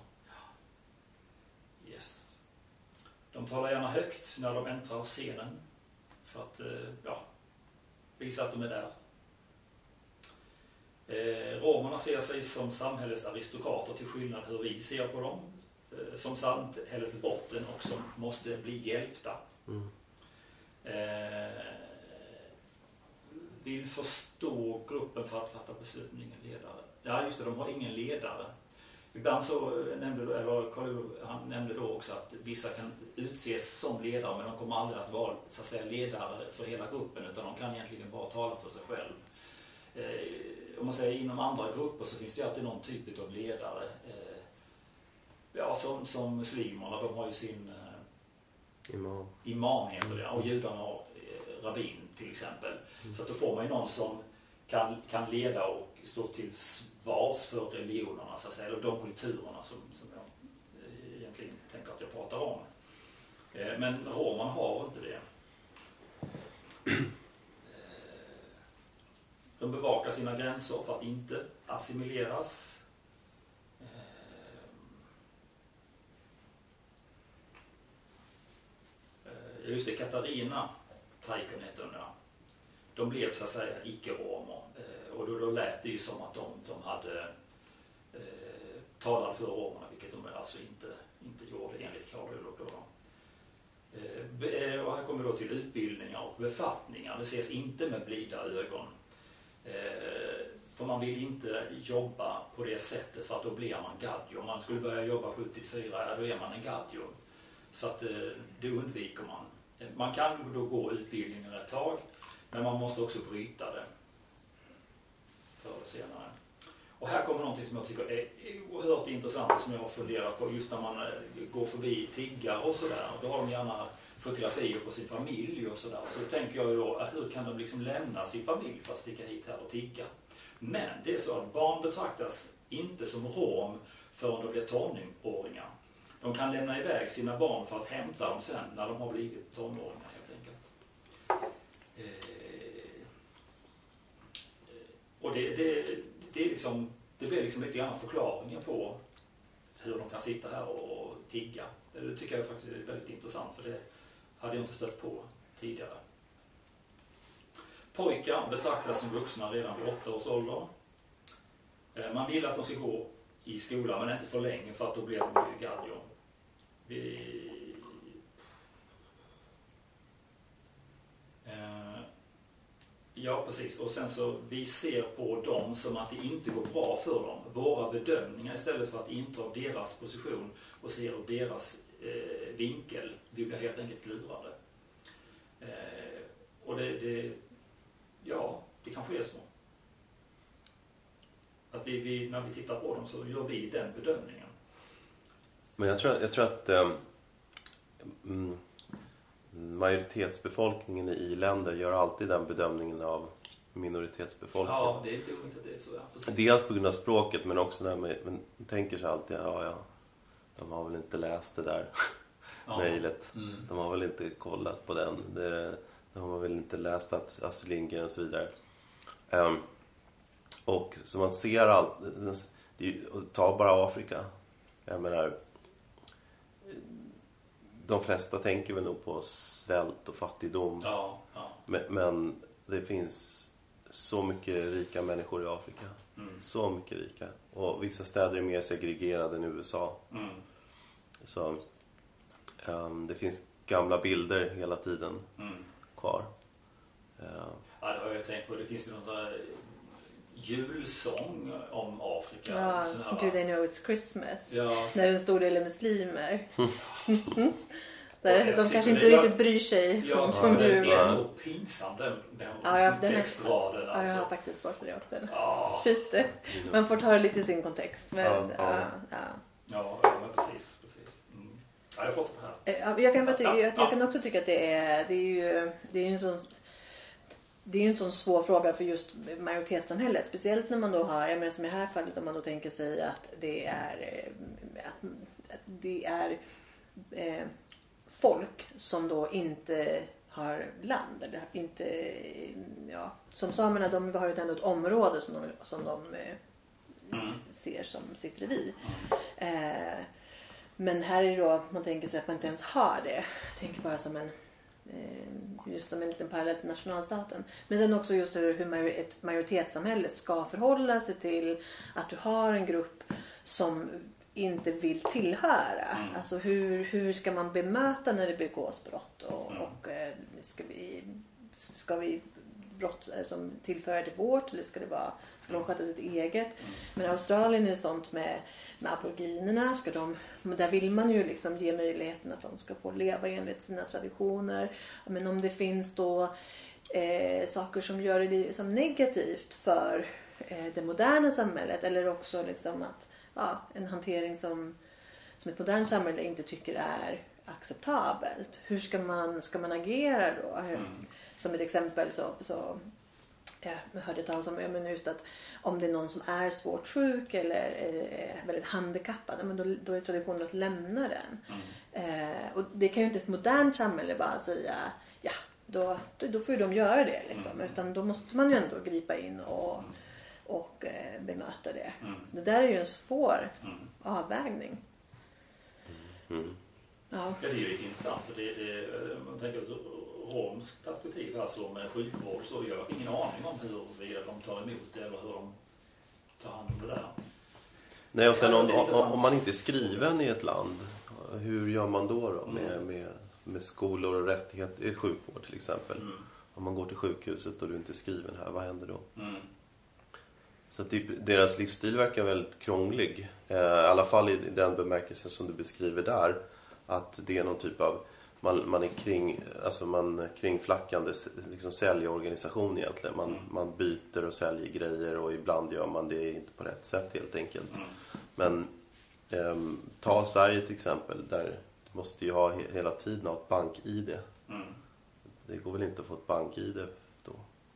Yes. De talar gärna högt när de äntrar scenen för att visa att de är där. Romerna ser sig som samhällets aristokrater till skillnad hur vi ser på dem. Som samhällets botten och som måste bli hjälpta. Vill förstå gruppen för att fatta beslut, men ingen ledare. Ja, just det, de har ingen ledare. Ibland så han nämnde då också att vissa kan utses som ledare, men de kommer aldrig att vara så att säga ledare för hela gruppen, utan de kan egentligen bara tala för sig själv. Om man säger inom andra grupper så finns det ju alltid någon typ av ledare. Som muslimerna, de har ju sin imam heter det, och judarna har rabbin till exempel. Så att då får man ju någon som kan leda och stå till svars för religionerna så att säga, eller de kulturerna som jag egentligen tänker att jag pratar om. Men romerna har inte det. De bevakar sina gränser för att inte assimileras. just det, Katarina Taikkonen heter hon, de blev så att säga icke-romer. Och då lät det ju som att de hade talat för romerna, vilket de alltså inte gjorde enligt Karl Olof. Och här kommer då till utbildningar och befattningar. Det ses inte med blida ögon. För man vill inte jobba på det sättet, för att då blir man gadjo. Om man skulle börja jobba 74, då är man en gadjo. Så att det undviker man. Man kan då gå utbildningen ett tag, men man måste också bryta det förr eller senare. Och här kommer någonting som jag tycker är oerhört intressant, som jag har funderat på just när man går förbi tiggare och sådär. Då har de gärna fotografier på sin familj och sådär. Så tänker jag ju då, att hur kan de liksom lämna sin familj för att sticka hit här och tigga? Men det är så att barn betraktas inte som rom förrän de blir tonåringar. De kan lämna iväg sina barn för att hämta dem sen när de har blivit tonåringar, helt enkelt. Och det blir liksom lite grann förklaringen på hur de kan sitta här och tigga. Det tycker jag faktiskt är väldigt intressant, för det hade jag inte stött på tidigare. Pojkar betraktas som vuxna redan vid 8 års ålder. Man vill att de ska gå i skolan, men inte för länge, för att då blir de ju gadjo. Ja, precis. Och sen så vi ser på dem som att det inte går bra för dem. Våra bedömningar istället för att inta deras position och se ur deras vinkel. Vi blir helt enkelt lurade. Och det kanske är så. Att vi när vi tittar på dem så gör vi den bedömningen. Men jag tror att majoritetsbefolkningen i länder gör alltid den bedömningen av minoritetsbefolkningen. Ja, det är inte roligt att det är så. Ja, dels på grund av språket, men också när man tänker sig alltid, de har väl inte läst det där mejlet. De har väl inte kollat på den. De har väl inte läst att Astrid Lindgren och så vidare. Och så man ser allt. Ta bara Afrika. Jag menar, de flesta tänker väl nog på svält och fattigdom. Ja. Men det finns så mycket rika människor i Afrika. Så mycket rika. Och vissa städer är mer segregerade än USA. Så det finns gamla bilder hela tiden kvar. Ja, det har jag tänkt på. Det finns ju någon där julsång om Afrika. Ja, Do They Know It's Christmas? Ja. När en stor del är muslimer. De kanske inte riktigt bryr sig om julen. Det är så pinsam den textraden. Ja, jag har faktiskt svårt för det också. Lite. Man får ta det lite i sin kontext. Men, ja, precis. Ja, jag fortsätter här. Jag kan också tycka att det är en sån svår fråga för just majoritetssamhället. Speciellt när man då har, jag menar som i det här fallet, om man då tänker sig att det är folk som då inte har land eller inte, som samerna, de har ju ändå ett område som de ser som sitt revir. Men här är då, man tänker sig att man inte ens har det. Jag tänker bara som just som en liten parallell till nationalstaten. Men sen också just hur ett majoritetssamhälle ska förhålla sig till att du har en grupp som inte vill tillhöra. Alltså hur ska man bemöta när det begås brott och ska vi brott som tillföra till vårt, eller ska de sköta sitt eget? Men Australien är sånt med aboriginerna, där vill man ju liksom ge möjligheten att de ska få leva enligt sina traditioner. Men om det finns då saker som gör det som negativt för det moderna samhället, eller också liksom att en hantering som ett modernt samhälle inte tycker är acceptabelt. Hur ska man agera då? Som ett exempel så jag hörde talas om just att om det är någon som är svårt sjuk eller är väldigt handikappad, men då är traditionen att lämna den. Och det kan ju inte ett modernt samhälle bara säga då får ju de göra det liksom. Utan då måste man ju ändå gripa in och bemöta det. Det där är ju en svår avvägning. Ja, det är ju lite intressant för man tänker så romskt perspektiv här så med sjukvård så jag har ingen aning om huruvida de tar emot det eller hur de tar hand om det där. Nej, och sen om man inte är skriven i ett land, hur gör man då med skolor och rättigheter i sjukvård till exempel? Om man går till sjukhuset och du inte är skriven här, vad händer då? Så att deras livsstil verkar väldigt krånglig. I alla fall i den bemärkelsen som du beskriver där. Att det är någon typ av man är kringflackande liksom säljorganisation egentligen. Man byter och säljer grejer och ibland gör man det inte på rätt sätt helt enkelt. Men ta Sverige till exempel, där du måste ju ha hela tiden ha ett bank-ID. Det går väl inte att få ett bank-ID då?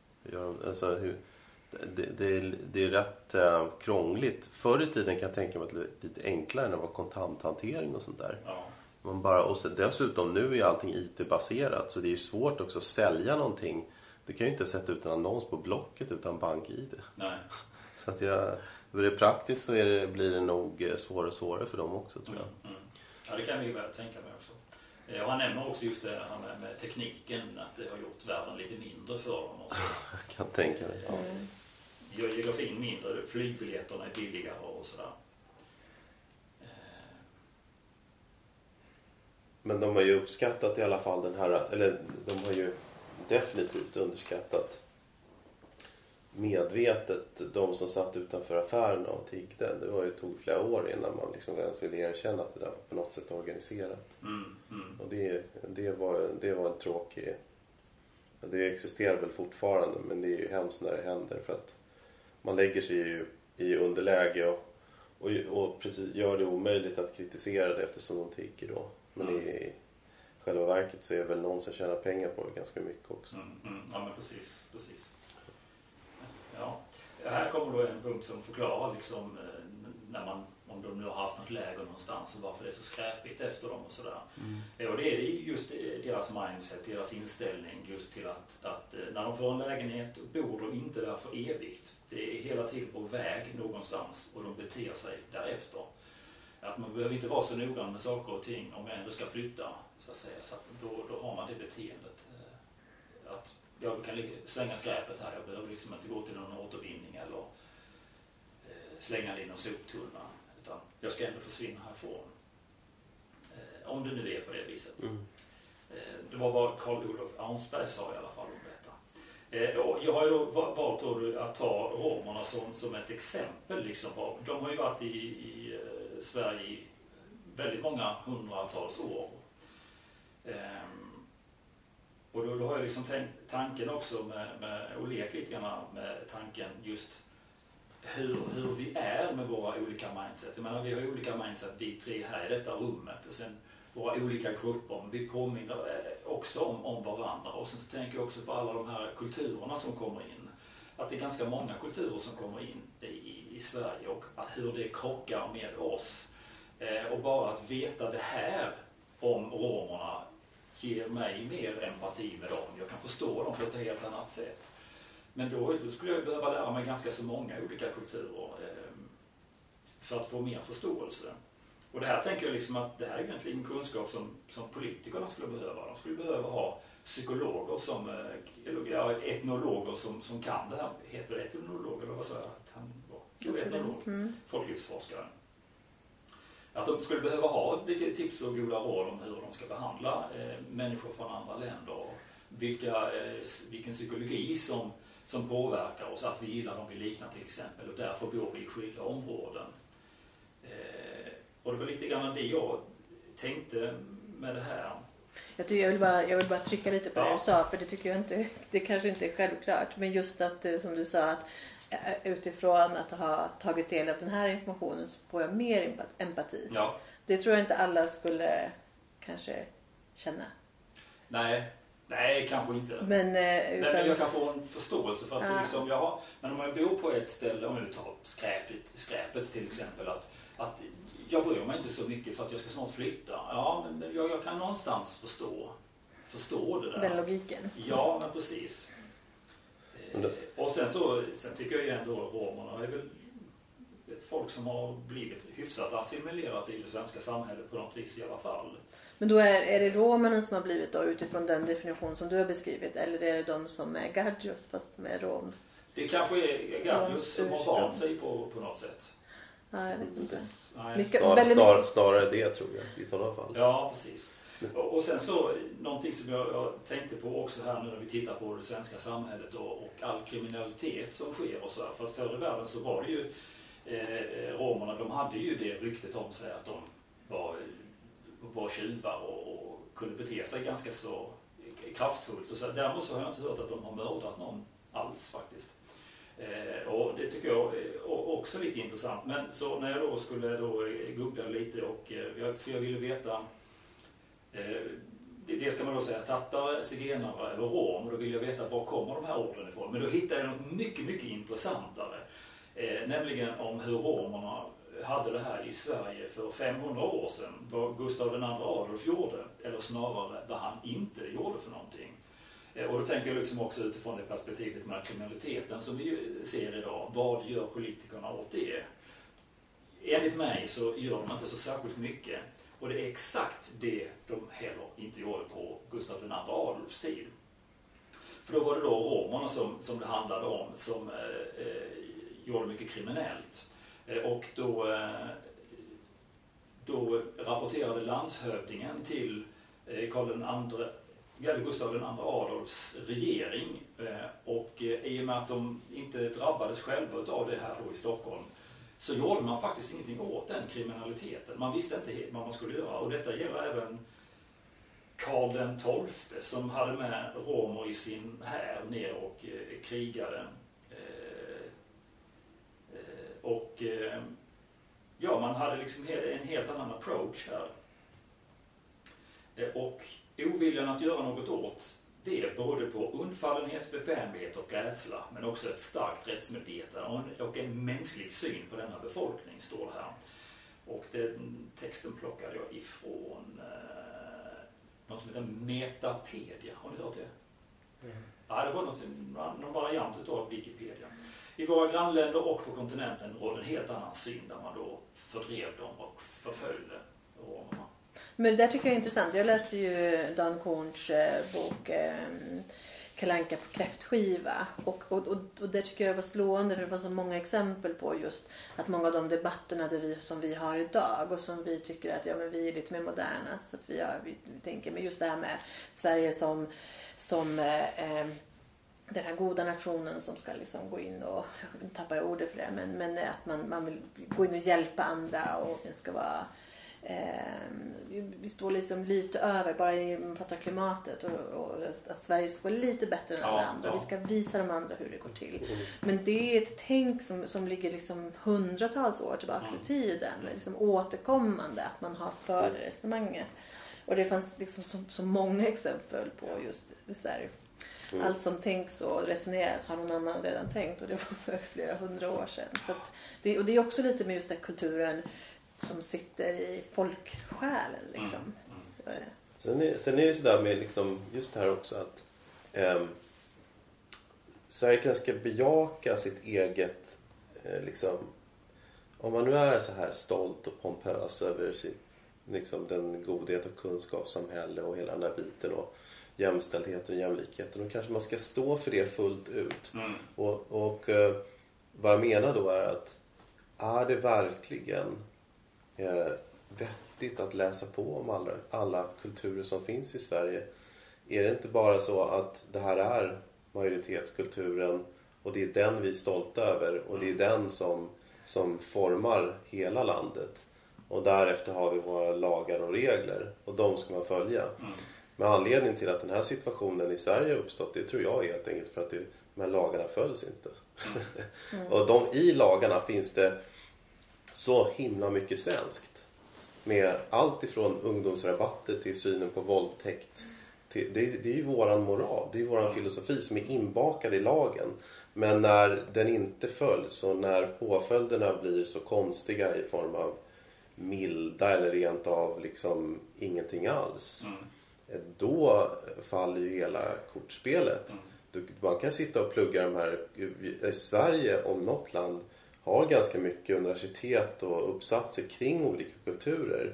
Det är rätt krångligt. Förr i tiden kan jag tänka mig att det är lite enklare när det var kontanthantering och sånt där. Ja. Och dessutom nu är allting IT-baserat så det är ju svårt också att sälja någonting. Du kan ju inte sätta ut en annons på Blocket utan bank-ID. Nej. Så att det är praktiskt så blir det nog svårare och svårare för dem också tror jag. Ja, det kan vi väl tänka mig också. Han nämner också just det här med tekniken, att det har gjort världen lite mindre för dem också. Jag kan tänka mig, ja. Geografin mindre, flygbiljetterna är billigare och sådär. Men de har ju uppskattat i alla fall den här, eller de har ju definitivt underskattat medvetet de som satt utanför affärerna och tiggde. Det tog flera år innan man liksom ens ville erkänna att det där var på något sätt organiserat. Och det var en tråkig... Det existerar väl fortfarande, men det är ju hemskt när det händer för att man lägger sig ju i underläge och precis gör det omöjligt att kritisera det eftersom de tigger då. Men i själva verket så är det väl någon som tjänar pengar på det ganska mycket också. Ja, men precis. Ja. Här kommer då en punkt som förklarar liksom, om de nu har haft något läger någonstans och varför det är så skräpigt efter dem och sådär. Och det är just deras mindset, deras inställning just till att när de får en lägenhet bor de inte där för evigt. Det är hela tiden på väg någonstans och de beter sig därefter. Att man behöver inte vara så noggrann med saker och ting om jag ändå ska flytta så att säga. Så att då har man det beteendet att jag kan slänga skräpet här. Jag behöver liksom inte gå till någon återvinning eller slänga det i någon soptunna. Utan jag ska ändå försvinna härifrån. Om det nu är på det viset. Det var vad Carl-Olof Arnsberg sa i alla fall om detta. Jag har ju då valt att ta romerna som ett exempel. Liksom. De har ju varit i Sverige i väldigt många hundratals år. Och då har jag liksom tanken också och lekt lite grann med tanken just hur vi är med våra olika mindset. Jag menar, vi har olika mindset, vi tre här i detta rummet och sen våra olika grupper. Vi påminner också om varandra och sen så tänker jag också på alla de här kulturerna som kommer in. Att det är ganska många kulturer som kommer in i Sverige och hur det krockar med oss. Och bara att veta det här om romerna ger mig mer empati med dem. Jag kan förstå dem på ett helt annat sätt. Men då skulle jag behöva lära mig ganska så många olika kulturer för att få mer förståelse. Och det här tänker jag liksom att det här är egentligen kunskap som politikerna skulle behöva. De skulle behöva ha psykologer eller etnologer som kan det här. Heter det etnolog eller vad säger jag? Etnolog, folklivsforskare. Att de skulle behöva ha lite tips och goda råd om hur de ska behandla människor från andra länder. Vilken psykologi som påverkar oss, att vi gillar dem vi liknar till exempel och därför bor vi i skilda områden. Och det var lite grann det jag tänkte med det här. Jag vill bara trycka lite på det du sa, för det tycker jag inte, det kanske inte är självklart, men just att som du sa att utifrån att ha tagit del av den här informationen så får jag mer empati. Ja. Det tror jag inte alla skulle kanske känna. Nej, kanske inte. Men jag kan få en förståelse för att det liksom, men om jag bor på ett ställe, om jag nu tar skräpet till exempel, att jag bryr mig inte så mycket för att jag ska snart flytta. Ja, men jag kan någonstans förstå det där. Den logiken. Ja, men precis. Och sen tycker jag ju ändå romerna är väl ett folk som har blivit hyfsat assimilerat i det svenska samhället på något vis i alla fall. Men då är det romerna som har blivit då utifrån den definition som du har beskrivit, eller är det de som är Gadjos fast med roms? Det kanske är Gadjos som har vant sig på något sätt. Ja, jag vet inte. Snarare det tror jag i sådana fall. Ja, precis. Och sen så, någonting som jag tänkte på också här nu när vi tittar på det svenska samhället och all kriminalitet som sker och så här. För att förr i världen så var det ju romerna, de hade ju det ryktet om sig att de var tjuvar och kunde bete sig ganska så kraftfullt. Och så, däremot så har jag inte hört att de har mördat någon alls faktiskt. Och det tycker jag också lite intressant. Men så när jag då skulle googla lite för jag ville veta det ska man då säga tattare, zigenare eller rom, och då vill jag veta var kommer de här orden ifrån. Men då hittade jag något mycket, mycket intressantare. Nämligen om hur romerna hade det här i Sverige för 500 år sedan. Vad Gustav II Adolf gjorde, eller snarare vad han inte gjorde för någonting. Och då tänker jag liksom också utifrån det perspektivet med kriminaliteten som vi ser idag. Vad gör politikerna åt det? Enligt mig så gör de inte så särskilt mycket. Och det är exakt det de heller inte gjorde på Gustav II Adolfs tid. För då var det då romerna som det handlade om som gjorde mycket kriminellt. Och då rapporterade landshövdingen till Gustav II Adolfs regering. Och i och med att de inte drabbades själva av det här då i Stockholm så gjorde man faktiskt ingenting åt den kriminaliteten. Man visste inte helt vad man skulle göra. Och detta gäller även Karl XII som hade med romer i sin här ner och krigade. Man hade liksom en helt annan approach här. Och oviljan att göra något åt det berodde på undfallenhet, bekvämlighet och rädsla, men också ett starkt rättsmedvetande och en mänsklig syn på denna befolkning, står här. Och den texten plockade jag ifrån något som heter Metapedia. Har ni hört det? Ja, det var någon variant av Wikipedia. I våra grannländer och på kontinenten rådde en helt annan syn där man då fördrev dem och förföljde romerna. Men det tycker jag är intressant. Jag läste ju Dan Korns bok Kalle Anka på kräftskiva. Och det tycker jag var slående för det var så många exempel på just att många av de debatterna som vi har idag och som vi tycker att men vi är lite mer moderna. Så att vi tänker med just det här med Sverige som den här goda nationen som ska liksom gå in och, jag tappar ordet för det, men att man vill gå in och hjälpa andra och det ska vara vi står liksom lite över bara i man pratar klimatet och att Sverige ska vara lite bättre än alla andra. Vi ska visa de andra hur det går till. Men det är ett tänk som ligger liksom hundratals år tillbaka i tiden, liksom återkommande att man har för det resonemanget. Och det fanns liksom så många exempel på just så här, allt som tänks och resoneras har någon annan redan tänkt, och det var för flera hundra år sedan. Så att det är också lite med just den kulturen som sitter i folksjälen liksom. Sen är det sådär med liksom just det här också att Sverige kanske ska bejaka sitt eget liksom, om man nu är så här stolt och pompös över liksom den godhet och kunskapssamhälle och hela den där biten och jämställdhet och jämlikhet, då kanske man ska stå för det fullt ut. Och vad jag menar då är att är det verkligen vettigt att läsa på om alla kulturer som finns i Sverige? Är det inte bara så att det här är majoritetskulturen och det är den vi är stolta över och det är den som formar hela landet, och därefter har vi våra lagar och regler och de ska man följa. Med anledning till att den här situationen i Sverige har uppstått, det tror jag helt enkelt för att de här lagarna följs inte. Och i lagarna finns det så himla mycket svenskt. Med allt ifrån ungdomsrabatter till synen på våldtäkt. Det är ju våran moral, det är våran filosofi som är inbakad i lagen. Men när den inte följs och när påföljderna blir så konstiga i form av milda eller rent av liksom ingenting alls. Då faller ju hela kortspelet. Man kan sitta och plugga de här. Sverige, om något land, har ganska mycket universitet och uppsatser kring olika kulturer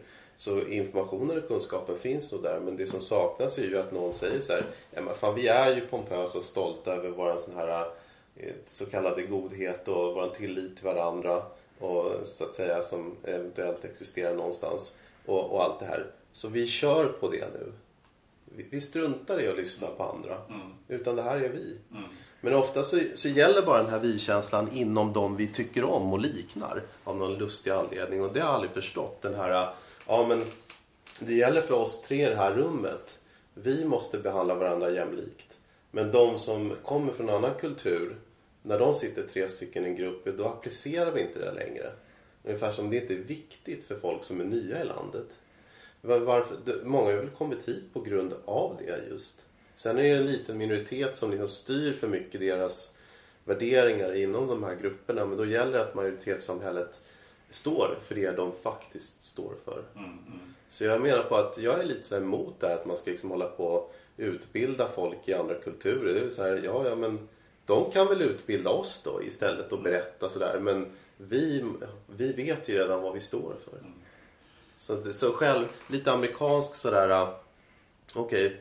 Så informationen och kunskapen finns nog där, men det som saknas är ju att någon säger så här: ja, men fan, vi är ju pompösa och stolta över vår sån här så kallade godhet och vår tillit till varandra och så att säga som eventuellt existerar någonstans och allt det här. Så vi kör på det nu. Vi struntar i att lyssna på andra. Utan det här är vi. Men ofta så gäller bara den här vi-känslan inom de vi tycker om och liknar. Av någon lustig anledning. Och det har jag aldrig förstått. Den här, ja men det gäller för oss tre i det här rummet. Vi måste behandla varandra jämlikt. Men de som kommer från en annan kultur, när de sitter 3 stycken i en grupp, då applicerar vi inte det längre. Ungefär som det inte är viktigt för folk som är nya i landet. Varför? Många har väl kommit hit på grund av det just. Sen är det en liten minoritet som liksom styr för mycket deras värderingar inom de här grupperna. Men då gäller det att majoritetssamhället står för det de faktiskt står för. Så jag menar på att jag är lite så emot det här att man ska liksom hålla på och utbilda folk i andra kulturer. Det är så här, ja men de kan väl utbilda oss då istället och berätta sådär. Men vi vet ju redan vad vi står för. Så själv, lite amerikansk sådär, okej,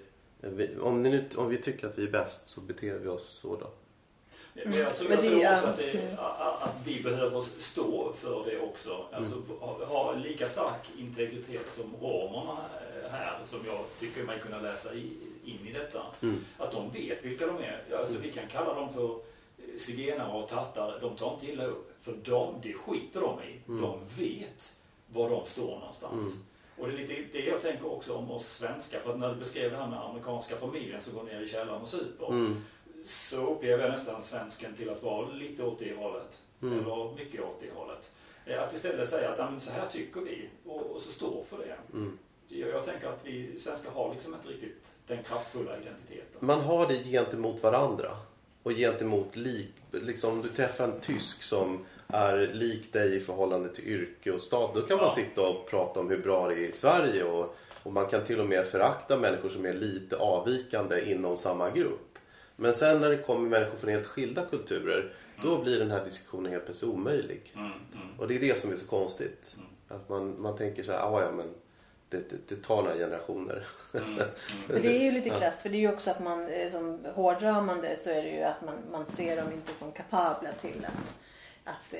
om vi tycker att vi är bäst så beter vi oss så då. Men jag tror också att vi behöver stå för det också. Alltså ha lika stark integritet som romerna här, som jag tycker man kunna läsa in i detta. Att de vet vilka de är. Alltså vi kan kalla dem för zigenare och tattare. De tar inte illa upp. För det skiter de i. De vet var de står någonstans. Och det är lite det jag tänker också om oss svenskar. För att när du beskrev det här med amerikanska familjen som går ner i källaren och super, så upplever jag nästan svensken till att vara lite åt det hållet. Eller mycket åt det hållet. Att istället säga att så här tycker vi och så står för det. Jag tänker att vi svenskar har liksom inte riktigt den kraftfulla identiteten. Man har det gentemot varandra. Och gentemot liksom om du träffar en tysk som är lik dig i förhållande till yrke och stad, då kan man sitta och prata om hur bra det är i Sverige och man kan till och med förakta människor som är lite avvikande inom samma grupp. Men sen när det kommer människor från helt skilda kulturer, då blir den här diskussionen helt plötsligt omöjlig. Och det är det som är så konstigt. Att man tänker så här, ja men det tar några generationer. Men det är ju lite krasst, för det är ju också att man som hårdramande så är det ju att man ser dem inte som kapabla till att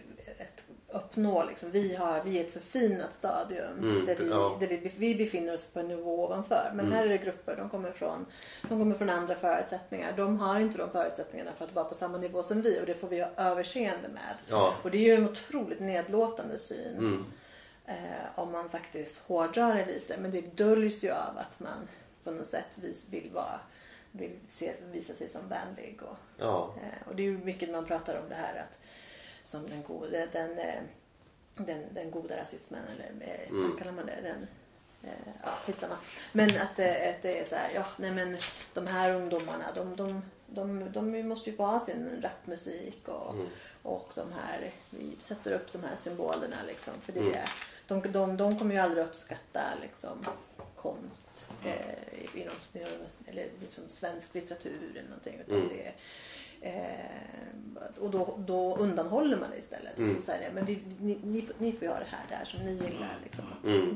uppnå liksom. Vi är ett förfinat stadium där vi befinner oss på en nivå ovanför. Men här är det grupper, de kommer från andra förutsättningar. De har inte de förutsättningarna för att vara på samma nivå som vi, och det får vi ha överseende med. Och det är ju en otroligt nedlåtande syn. Om man faktiskt hårdrar det lite, men det döljs ju av att man på något sätt vill visa sig som vänlig och det är ju mycket man pratar om det här att som den goda rasismen eller vad kallar man det, skitsamma. Men att det är så här, men de här ungdomarna de måste ju få ha sin rapmusik och de här, vi sätter upp de här symbolerna liksom, för det de kommer ju aldrig uppskatta liksom konst eller liksom svensk litteratur eller någonting, utan det och då undanhåller man det istället och så säger det, men ni får göra det här där som ni gillar liksom.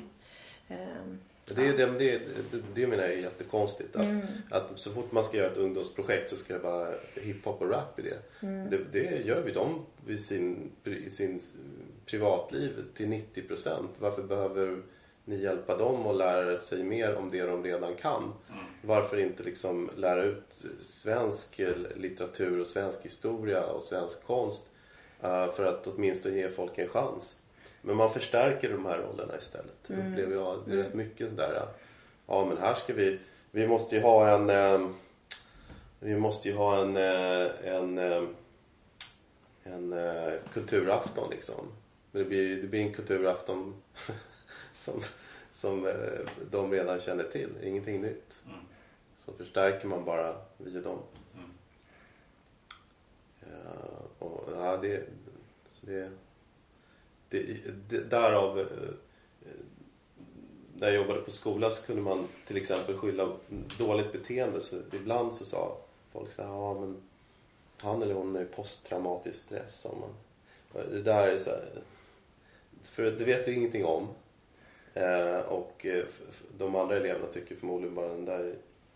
Det menar jag är jättekonstigt att så fort man ska göra ett ungdomsprojekt så ska det vara hiphop och rap i det. Det gör vi dem i sin privatliv till 90%. Varför behöver ni hjälpa dem att lära sig mer om det de redan kan? Varför inte liksom lära ut svensk litteratur och svensk historia och svensk konst för att åtminstone ge folk en chans? Men man förstärker de här rollerna istället. Det upplever jag. Det är rätt mycket sådär. Ja, men här ska vi måste ju ha en kulturafton liksom. Men det blir en kulturafton som de redan känner till. Ingenting nytt. Så förstärker man bara via dem. Därav när jag jobbade på skola så kunde man till exempel skylla dåligt beteende, så ibland så sa folk så här, men han eller hon är posttraumatisk stress. Det där är så här, för det vet du ingenting om. Och de andra eleverna tycker förmodligen bara den där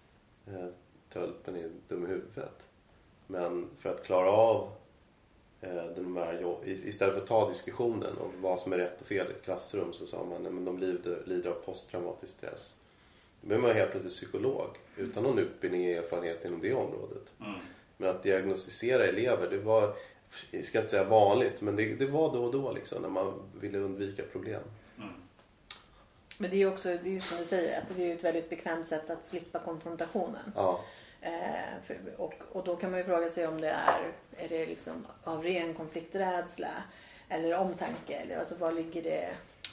tölpen är dum i huvudet. Men för att klara av den här, istället för att ta diskussionen om vad som är rätt och fel i ett klassrum, så sa man att de lider av posttraumatisk stress. Då blir man helt plötsligt psykolog utan någon utbildning och erfarenhet inom det området. Men att diagnostisera elever, det var, jag ska inte säga vanligt, men det var då och då liksom, när man ville undvika problem. Men det är ju också, det är ju som du säger, att det är ett väldigt bekvämt sätt att slippa konfrontationen. Ja. Och då kan man ju fråga sig om det är det liksom av ren konflikträdsla eller omtanke, eller alltså vad ligger det?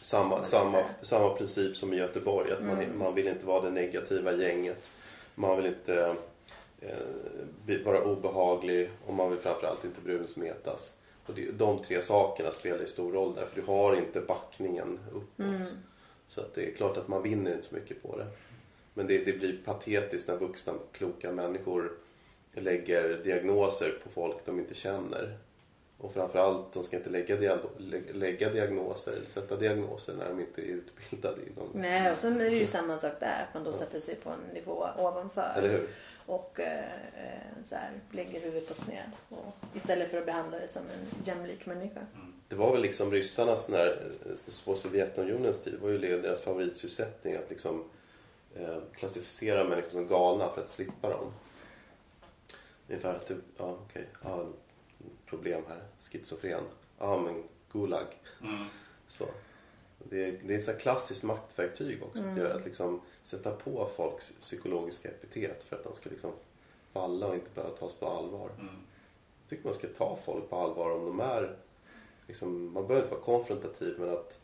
Samma princip som i Göteborg, att man vill inte vara det negativa gänget, man vill inte vara obehaglig, och man vill framförallt inte brunsmetas. Och de 3 sakerna spelar stor roll där, för du har inte backningen uppåt. Så att det är klart att man vinner inte så mycket på det. Men det blir patetiskt när vuxna, kloka människor lägger diagnoser på folk de inte känner. Och framförallt, de ska inte lägga diagnoser eller sätta diagnoser när de inte är utbildade i dem. Nej, och så är det ju samma sak där. Att man då sätter sig på en nivå ovanför. Eller hur? Och så här, lägger huvudet på sned. Och istället för att behandla det som en jämlik människa. Det var väl liksom ryssarnas på Sovjetunionens tid, var ju deras favoritsysselsättning att liksom klassificera människor som galna för att slippa dem. Ungefär typ, problem här, schizofren. Men gulag. Så. Det är ett så här klassiskt maktverktyg också, att liksom sätta på folks psykologiska epitet för att de ska liksom falla och inte behöva tas på allvar. Jag tycker man ska ta folk på allvar om de är liksom, man behöver inte vara konfrontativ, men att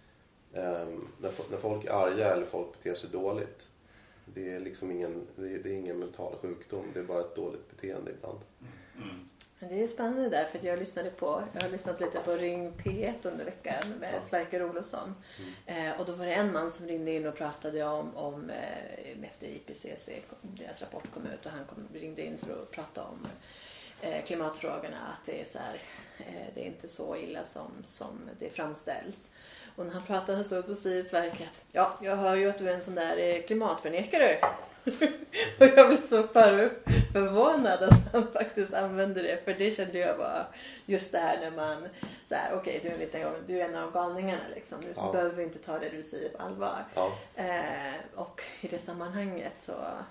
när folk är arga eller folk beter sig dåligt, det är liksom ingen mental sjukdom, det är bara ett dåligt beteende ibland. Men det är spännande där, för jag har lyssnat lite på Ring P1 under veckan med Sverker Olofsson. Och då var det en man som ringde in och pratade om efter IPCC, deras rapport kom ut, och han ringde in för att prata om klimatfrågorna, att det är så här, det är inte så illa som det framställs. Och när han pratar så säger Sverker att jag hör ju att du är en sån där klimatförnekare. Och jag blev så förvånad att han faktiskt använde det, för det kände jag var just det här när man så här, okej, du är en av galningarna liksom. Du behöver inte ta det du säger på allvar. Och i det sammanhanget så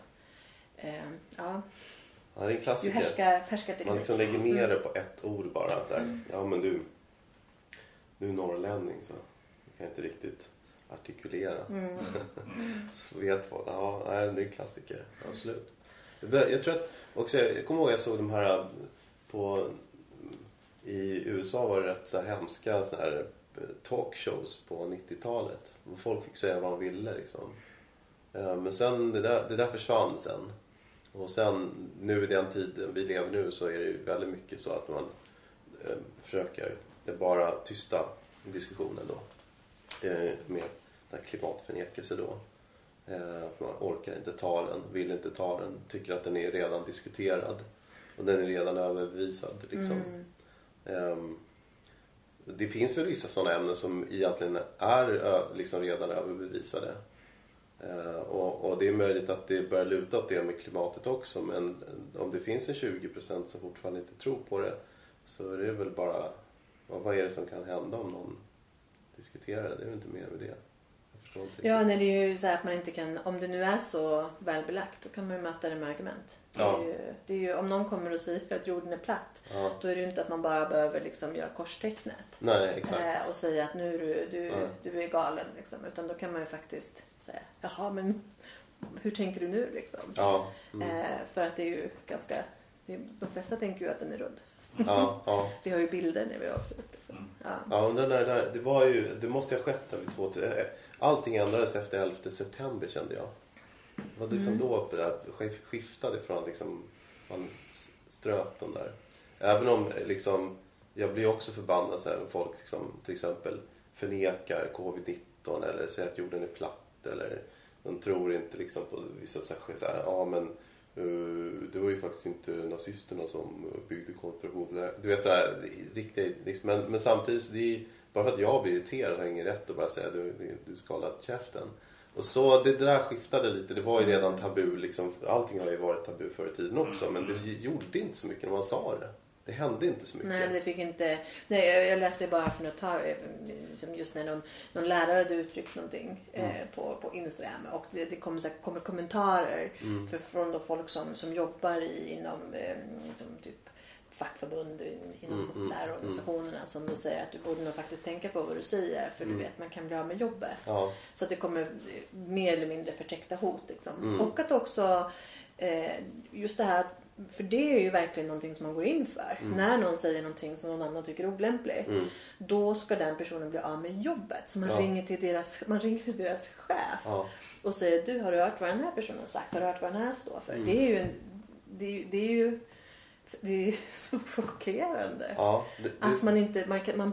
det är en klassiker. Härskarteknik. Man liksom lägger ner det på ett ord bara så här. Ja, men du är norrlänning, så du kan inte riktigt artikulera. Så vet folk. Ja, det är en klassiker. Absolut. Jag tror att också, jag kommer ihåg jag såg de här i USA var det rätt så här hemska så här talkshows på 90-talet. Och folk fick säga vad de ville liksom. Men sen det där försvann sen. Och sen nu i den tiden vi lever nu, så är det ju väldigt mycket så att man försöker bara tysta diskussionen då. Med den klimatförnekelse då. Man orkar inte ta den, vill inte ta den, tycker att den är redan diskuterad. Och den är redan överbevisad liksom. Det finns väl vissa sådana ämnen som egentligen är liksom redan överbevisade. Och det är möjligt att det börjar luta åt det med klimatet också, men om det finns en 20% som fortfarande inte tror på det, så är det väl bara, vad är det som kan hända om någon diskuterar det? Det är väl inte mer med det. Ja, nej, det är ju så här att man inte kan, om det nu är så välbelagt, då kan man ju möta det med argument. Det är ju, om någon kommer och säger att jorden är platt, då är det ju inte att man bara behöver liksom göra korstecknet. Nej, exakt. Och säga att nu du är galen liksom, utan då kan man ju faktiskt säga, jaha, men hur tänker du nu liksom? För att det är ju ganska, de flesta tänker ju att den är rund. Vi har ju bilder när vi har avslutat liksom. Och den där, det måste ha skett där vid 2000. Allting ändrades efter 11 september, kände jag. Det var liksom då det där skiftade från liksom, man ströp den där. Även om liksom, jag blir också förbannad så här, folk liksom, till exempel förnekar covid-19 eller säger att jorden är platt, eller de tror inte liksom på vissa så här, men Det var ju faktiskt inte nazisterna som byggde koncentrationsläger. Du vet såhär, riktigt liksom, men samtidigt, det är, bara för att jag blir irriterad har jag ingen rätt att bara säga du ska hålla käften. Och så det där skiftade lite, det var ju redan tabu liksom, allting har ju varit tabu förr i tiden också, men det gjorde inte så mycket när man sa det. Det hände inte så mycket. Nej, det fick inte. Nej, jag läste bara för något tag liksom just när någon lärare hade uttryckt någonting på Instagram och det kommer kommentarer från då folk som jobbar inom typ fackförbund inom lärarorganisationerna som då säger att du borde nog faktiskt tänka på vad du säger för du vet man kan bli av med jobbet. Ja. Så att det kommer mer eller mindre förtäckta hot liksom. Och att också just det här, för det är ju verkligen någonting som man går in för. När någon säger någonting som någon annan tycker är olämpligt, då ska den personen bli av med jobbet. Så man ringer till deras chef och säger, du har du hört vad den här personen har sagt? Har du hört vad den här står för? Det är så chockerande. Ja, att man inte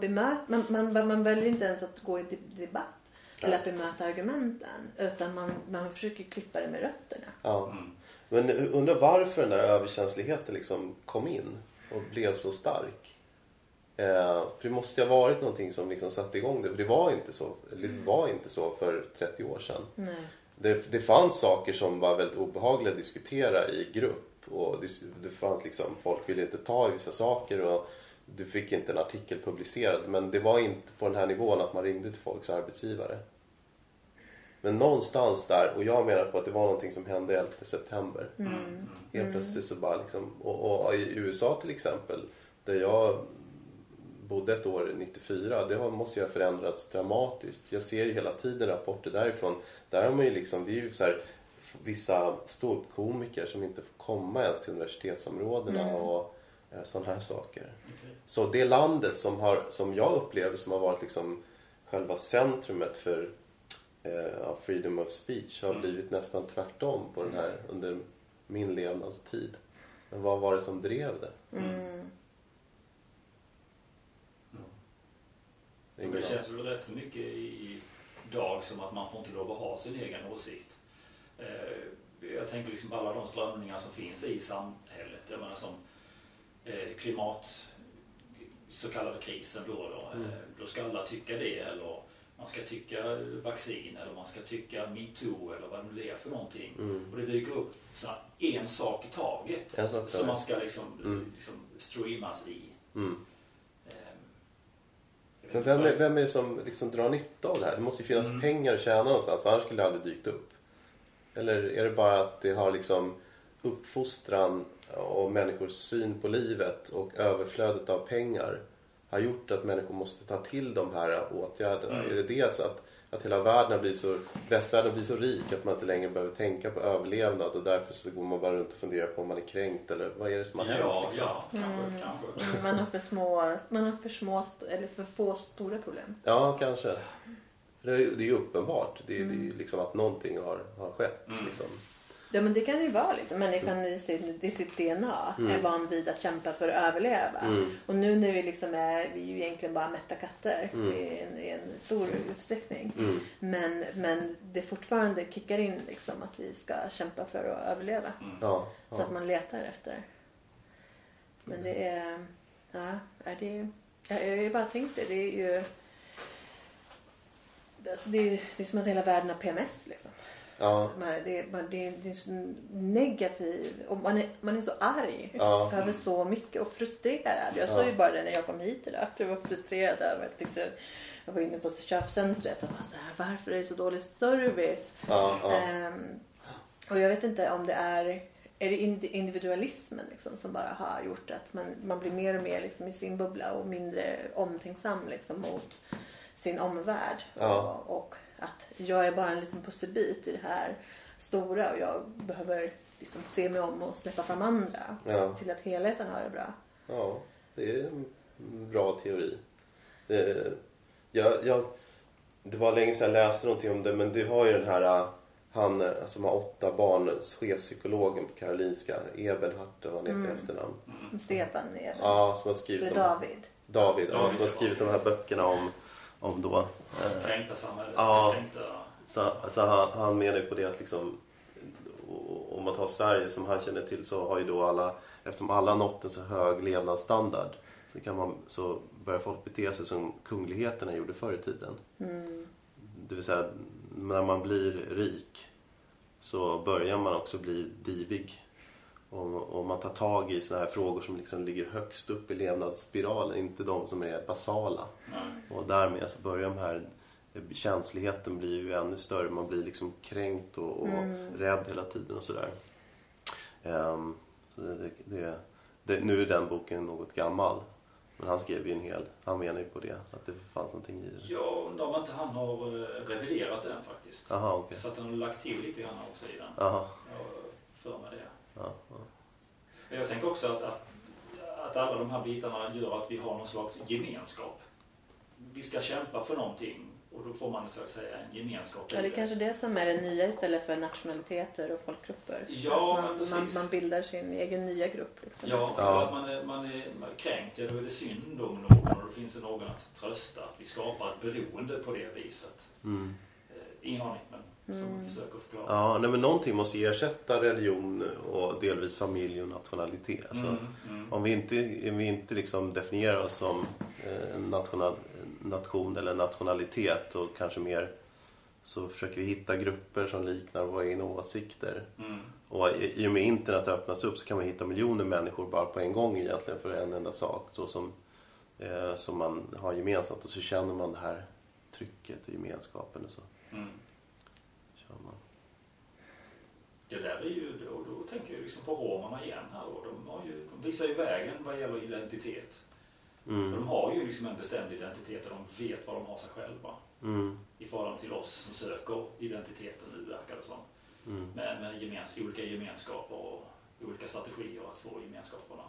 man väljer inte ens att gå i debatt eller att bemöta argumenten, utan man försöker klippa det med rötterna. Ja. Men undrar varför den där överkänsligheten liksom kom in och blev så stark. För det måste ju ha varit någonting som liksom satte igång det. För det var inte så för 30 år sedan. Nej. Det fanns saker som var väldigt obehagliga att diskutera i grupp. Och det fanns liksom, folk ville inte ta i vissa saker och du fick inte en artikel publicerad. Men det var inte på den här nivån att man ringde till folks arbetsgivare. Men någonstans där, och jag menar på att det var någonting som hände 11 september. Helt plötsligt så bara liksom, och i USA till exempel, där jag bodde ett år 94, det måste ju ha förändrats dramatiskt. Jag ser ju hela tiden rapporter därifrån. Där har man ju liksom, det är ju så här vissa ståuppkomiker som inte får komma ens till universitetsområdena och sådana här saker. Okay. Så det landet som jag upplever som har varit liksom själva centrumet för freedom of speech har blivit nästan tvärtom på den här under min levnadstid. Men vad var det som drev det? Det känns väl rätt så mycket idag som att man får inte lov att ha sin egen åsikt. Jag tänker liksom alla de strömningar som finns i samhället. Jag menar som klimat, så kallade krisen då ska alla tycka det, eller man ska tycka vaccin, eller man ska tycka MeToo eller vad det är för någonting. Och det dyker upp så en sak i taget som man ska liksom streamas i. Men vem är det som liksom drar nytta av det här? Det måste ju finnas pengar att tjäna någonstans, annars skulle det aldrig dykt upp. Eller är det bara att det har liksom uppfostran och människors syn på livet och överflödet av pengar har gjort att människor måste ta till de här åtgärderna? Är det så att hela västvärlden blir så rik att man inte längre behöver tänka på överlevnad och därför så går man bara runt och funderar på om man är kränkt eller vad är det som har hänt? Liksom? Kanske. Man har för få stora problem. Ja, kanske. För det är ju uppenbart. Det är liksom att någonting har skett. Liksom. Ja, men det kan ju vara liksom. Människan i sitt DNA är van vid att kämpa för att överleva. Och nu när vi liksom vi är ju egentligen bara mätta katter i en stor utsträckning. Men det fortfarande kickar in liksom att vi ska kämpa för att överleva. Så att man letar efter. Men det är jag har ju bara tänkt det är ju alltså det är som att hela världen har PMS liksom. Ja. Det är så negativ och man är så arg över så mycket och frustrerad. Jag såg ju bara det när jag kom hit idag, att jag var frustrerad över att jag var inne på köpcentret och var så här, varför är det så dålig service? Och jag vet inte om det är det individualismen liksom, som bara har gjort att man blir mer och mer liksom i sin bubbla och mindre omtänksam liksom, mot sin omvärld och att jag är bara en liten pusselbit i det här stora och jag behöver liksom se mig om och släppa fram andra till att helheten har det bra. Ja, det är en bra teori. Det var länge sedan jag läste någonting om det, men det har ju den här han som har 8 barn, chefpsykologen på Karolinska, Ebenhardt, vad han heter efternamn. Stefan Eben. Ja, som har skrivit David, som har skrivit de här böckerna om då kränkta samhället. Ja. Så han menar ju på det att liksom om man tar Sverige som han känner till, så har ju då alla, eftersom alla nått en så hög levnadsstandard, så börjar folk bete sig som kungligheterna gjorde förr i tiden. Det vill säga, när man blir rik så börjar man också bli divig. Och man tar tag i såna här frågor som liksom ligger högst upp i levnadsspiralen, inte de som är basala. Och därmed så börjar de här, känsligheten blir ju ännu större. Man blir liksom kränkt och rädd hela tiden och sådär. Så nu är den boken något gammal. Men han skrev ju han menar ju på det, att det fanns någonting i det. Ja, undrar om inte han har reviderat den faktiskt. Aha, okay. Så att han har lagt till lite grann också i den. Aha. Jag för mig det. Ja. Jag tänker också att alla de här bitarna gör att vi har någon slags gemenskap. Vi ska kämpa för någonting och då får man så att säga en gemenskap. Ja, det är kanske det som är det nya istället för nationaliteter och folkgrupper. Ja, man bildar sin egen nya grupp. Liksom. Ja. Att man är kränkt, då är det synd om någon och då finns det någon att trösta. Att vi skapar ett beroende på det viset. Ingen aning, men som försöker förklara. Ja, men någonting måste ersätta religion och delvis familj och nationalitet. Alltså, om vi inte liksom definierar oss som nation eller nationalitet, och kanske mer så försöker vi hitta grupper som liknar våra egna åsikter. Och i och med internet öppnas upp så kan man hitta miljoner människor bara på en gång egentligen för en enda sak, så som man har gemensamt, och så känner man det här trycket och gemenskapen och så. Det där är ju, då tänker jag liksom på romerna igen här då. De visar ju vägen vad gäller identitet. För de har ju liksom en bestämd identitet och de vet vad de har sig själva. I förhållande till oss som söker identiteten nu, verkar det som. Med olika gemenskaper och olika strategier att få gemenskaperna.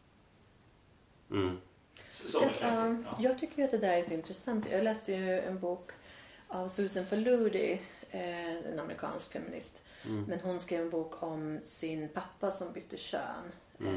Jag tycker att det där är så intressant. Jag läste ju en bok av Susan Faludi, en amerikansk feminist. Men hon skrev en bok om sin pappa som bytte kön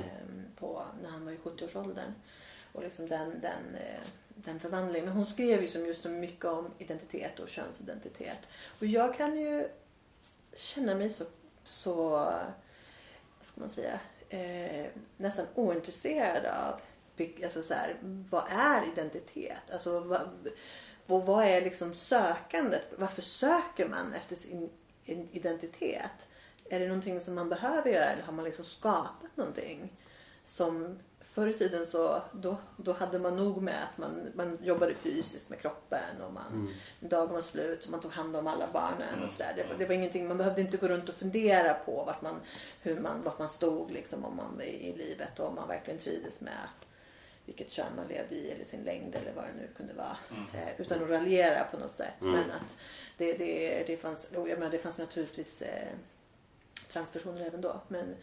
när han var i 70-årsåldern. Och liksom den förvandlingen. Men hon skrev ju just mycket om identitet och könsidentitet. Och jag kan ju känna mig så vad ska man säga, nästan ointresserad av alltså så här, vad är identitet? Alltså vad är liksom sökandet? Varför söker man efter sin identitet? Är det någonting som man behöver göra, eller har man liksom skapat någonting som förr i tiden så då hade man nog med att man jobbade fysiskt med kroppen och dagen var slut och man tog hand om alla barnen och sådär. Det var ingenting, man behövde inte gå runt och fundera på vart man stod liksom, om man i livet, och om man verkligen trivdes med vilket kön man levde i eller sin längd eller vad det nu kunde vara, utan att raljera på något sätt. Men att det fanns naturligtvis transpersoner även då,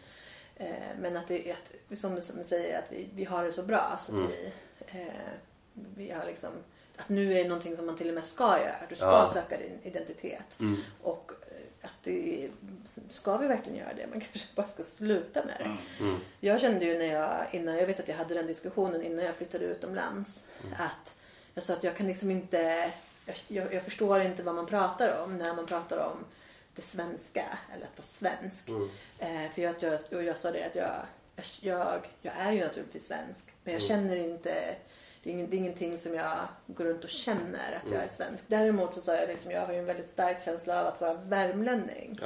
men att det är som du säger, att vi har det så bra så vi har liksom, att nu är det någonting som man till och med ska göra. Du ska söka din identitet. Och att ska vi verkligen göra det? Man kanske bara ska sluta med det. Jag kände ju innan jag vet att jag hade den diskussionen innan jag flyttade utomlands, att jag sa att jag kan liksom inte, jag förstår inte vad man pratar om när man pratar om det svenska eller att vara svensk. För jag sa det att jag är ju naturligtvis svensk, men jag känner inte, det är ingenting som jag går runt och känner att jag är svensk. Däremot så sa jag liksom, jag har ju en väldigt stark känsla av att vara värmlänning.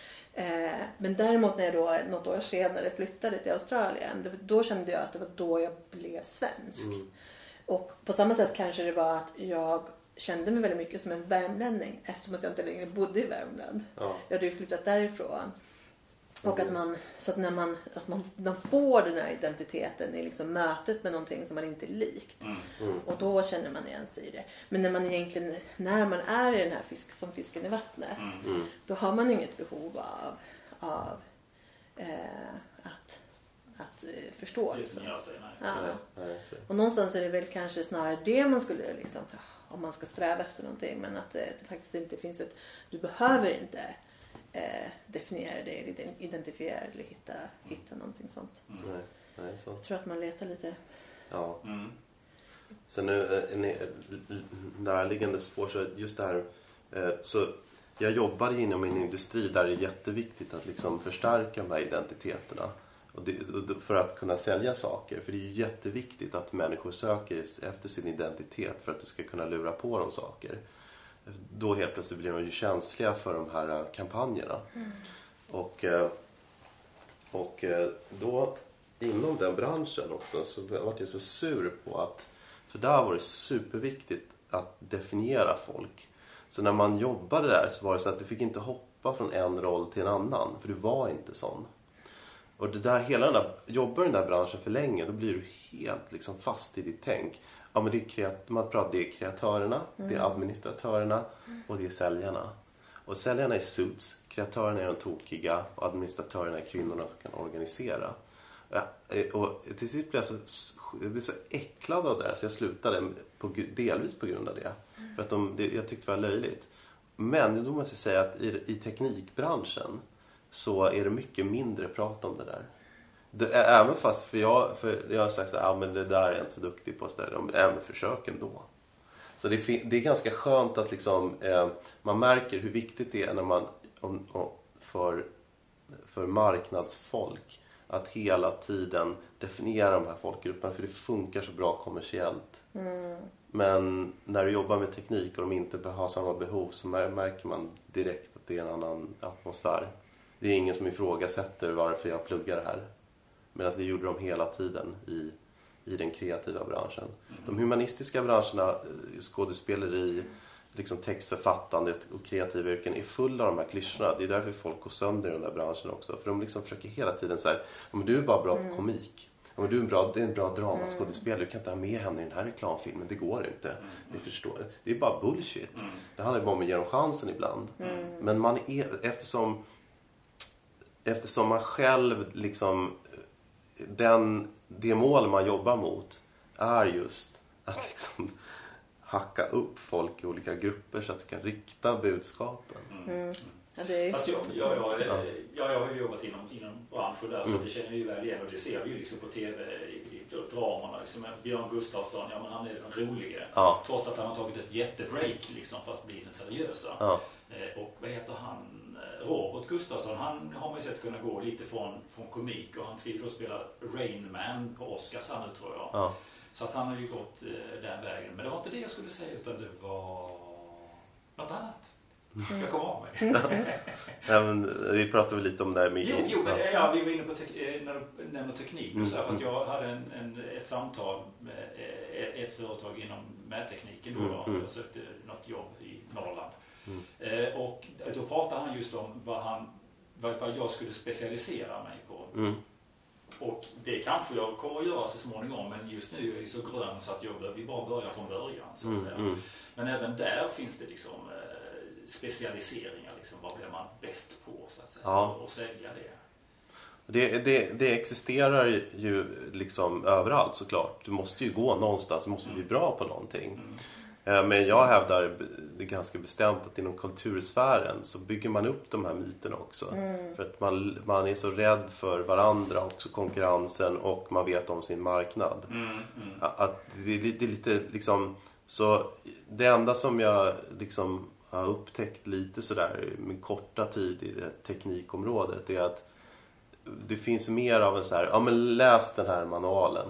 Men däremot när jag då något år senare flyttade till Australien, då kände jag att det var då jag blev svensk. Och på samma sätt kanske det var att jag kände mig väldigt mycket som en värmlänning, eftersom att jag inte längre bodde i Värmland. Jag hade ju flyttat därifrån. Och att man får den här identiteten i liksom mötet med någonting som man inte är likt. Och då känner man igen sig i det. Men när man är i den här som fisken i vattnet, då har man inget behov av att förstå. Liksom. Och någonstans är det väl kanske snarare det man skulle liksom, om man ska sträva efter någonting, men att det faktiskt inte finns du behöver inte definiera det eller identifiera eller hitta någonting sånt. Nej, så. Jag tror att man letar lite. Ja. Sen nu närliggande spår, så just det här, så jag jobbade inom en industri där det är jätteviktigt att liksom förstärka de här identiteterna. Och för att kunna sälja saker. För det är ju jätteviktigt att människor söker efter sin identitet för att du ska kunna lura på dem saker. Då helt plötsligt blir de ju känsliga för de här kampanjerna. Och då inom den branschen också så var jag så sur på att, för där var det superviktigt att definiera folk. Så när man jobbade där så var det så att du fick inte hoppa från en roll till en annan, för du var inte sån. Och det där, jobbar i den där branschen för länge, då blir du helt liksom fast i ditt tänk. Ja, men det är kreatörerna, det är administratörerna och det är säljarna. Och säljarna är suits, kreatörerna är de tokiga och administratörerna är kvinnorna som kan organisera. Och till sist blev jag så äcklad av det där så jag slutade delvis på grund av det. För att jag tyckte det var löjligt. Men då måste jag säga att i teknikbranschen så är det mycket mindre prat om det där. Även fast för jag har sagt så här, men det där är jag inte så duktig på, så där, men även försök ändå. Så det är ganska skönt att liksom, man märker hur viktigt det är när man för marknadsfolk att hela tiden definiera de här folkgrupperna, för det funkar så bra kommersiellt. Men när du jobbar med teknik och de inte har samma behov så märker man direkt att det är en annan atmosfär. Det är ingen som ifrågasätter varför jag pluggar det här. Medan det gjorde de hela tiden i den kreativa branschen. De humanistiska branscherna, skådespeleri, liksom textförfattandet och kreativa yrken är fulla av de här klyschorna. Det är därför folk går sönder i den där branschen också. För de liksom försöker hela tiden så här, men du är bara bra på komik. Ja, men det är en bra dramaskådespelare, du kan inte ha med henne i den här reklamfilmen, det går inte. Det är bara bullshit. Det handlar bara om att ge dem chansen ibland. Men eftersom man själv liksom, det mål man jobbar mot är just att liksom hacka upp folk i olika grupper så att du kan rikta budskapen. Fast jag har ju jobbat inom branscher där så det känner vi ju väl igen, och det ser vi ju liksom på tv i dramarna. Liksom Björn Gustafsson, men han är den rolige. Trots att han har tagit ett jättebreak liksom för att bli den seriösa. Och vad heter han? Robert Gustafsson, han har man ju sett kunna gå lite från komik, och han ska ju då spela Rain Man på Oscars här nu, tror jag. Så att han har ju gått den vägen. Men det var inte det jag skulle säga, utan det var något annat. Jag kommer av mig. Ja, men vi pratade väl lite om det här med... Vi var inne på när du nämnde teknik. Och så här, för att jag hade ett samtal med ett företag inom mättekniken då. Jag sökte något jobb i Norrland. Och då pratade han just om vad jag skulle specialisera mig på. Och det kanske jag kommer att göra så småningom, men just nu är jag så grön så att vi bara börjar från början. Så att säga. Men även där finns det liksom specialiseringar. Liksom, vad blir man bäst på så att säga, och sälja det. Det existerar ju liksom överallt såklart. Du måste ju gå någonstans, du måste bli bra på någonting. Men jag hävdar det ganska bestämt att inom kultursfären så bygger man upp de här myterna också. För att man är så rädd för varandra, också konkurrensen, och man vet om sin marknad. Att det är lite liksom, så det enda som jag liksom har upptäckt lite sådär med korta tid i det teknikområdet är att det finns mer av en så här, men läs den här manualen.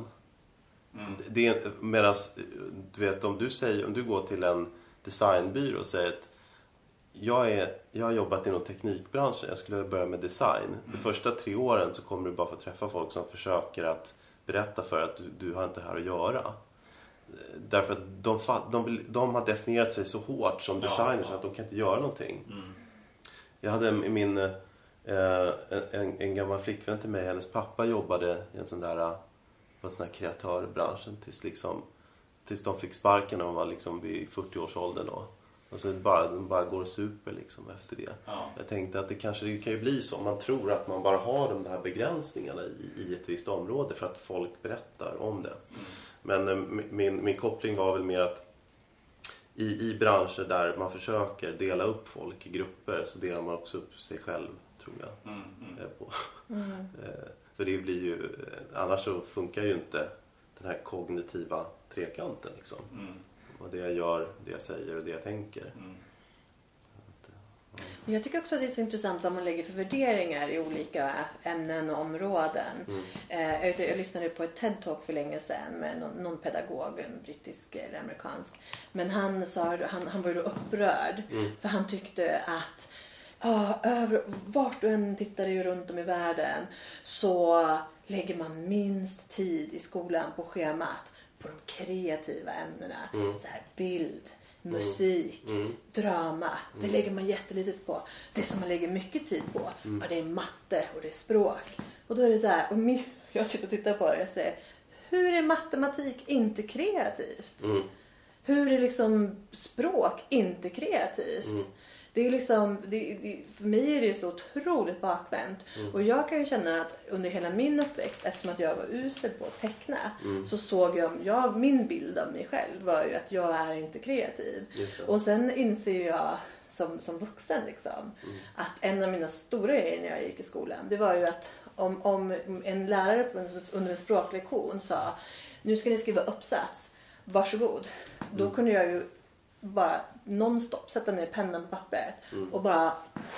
Medan du vet, om du går till en designbyrå och säger att jag har jobbat inom teknikbranschen, jag skulle börja med design. De första 3 åren så kommer du bara få träffa folk som försöker att berätta för att du har inte här att göra. Därför att de har definierat sig så hårt som designers att de kan inte göra någonting. Jag hade en gammal flickvän till mig, hennes pappa jobbade i en sån här kreatörbranschen tills de fick sparken när de var liksom vid 40-årsåldern då. Och så bara går super liksom efter det. Jag tänkte att det kan ju bli så. Man tror att man bara har de här begränsningarna i ett visst område för att folk berättar om det. Men min koppling var väl mer att i branscher där man försöker dela upp folk i grupper så delar man också upp sig själv, tror jag. För det blir ju, annars så funkar ju inte den här kognitiva trekanten liksom. Och det jag gör, det jag säger och det jag tänker. Men jag tycker också att det är så intressant vad man lägger för värderingar i olika ämnen och områden. Jag lyssnade på ett TED-talk för länge sedan med någon pedagog, en brittisk eller amerikansk. Men han var ju upprörd för han tyckte att vart du än tittar ju runt om i världen så lägger man minst tid i skolan på schemat på de kreativa ämnena. Så här bild, musik, drama. Det lägger man jättelitet på. Det som man lägger mycket tid på, det är matte och det är språk. Och då är det så här, och jag sitter och tittar på det och jag säger, hur är matematik inte kreativt? Hur är liksom språk inte kreativt? Det är liksom, för mig är det så otroligt bakvänt. Och jag kan ju känna att under hela min uppväxt, eftersom att jag var usel på att teckna, så såg min bild av mig själv var ju att jag är inte kreativ. Och sen inser jag som vuxen liksom, att en av mina stora grejer när jag gick i skolan, det var ju att om en lärare under en språklektion sa, nu ska ni skriva uppsats, varsågod. Då kunde jag ju bara nonstop sätta ner pennan på pappret och bara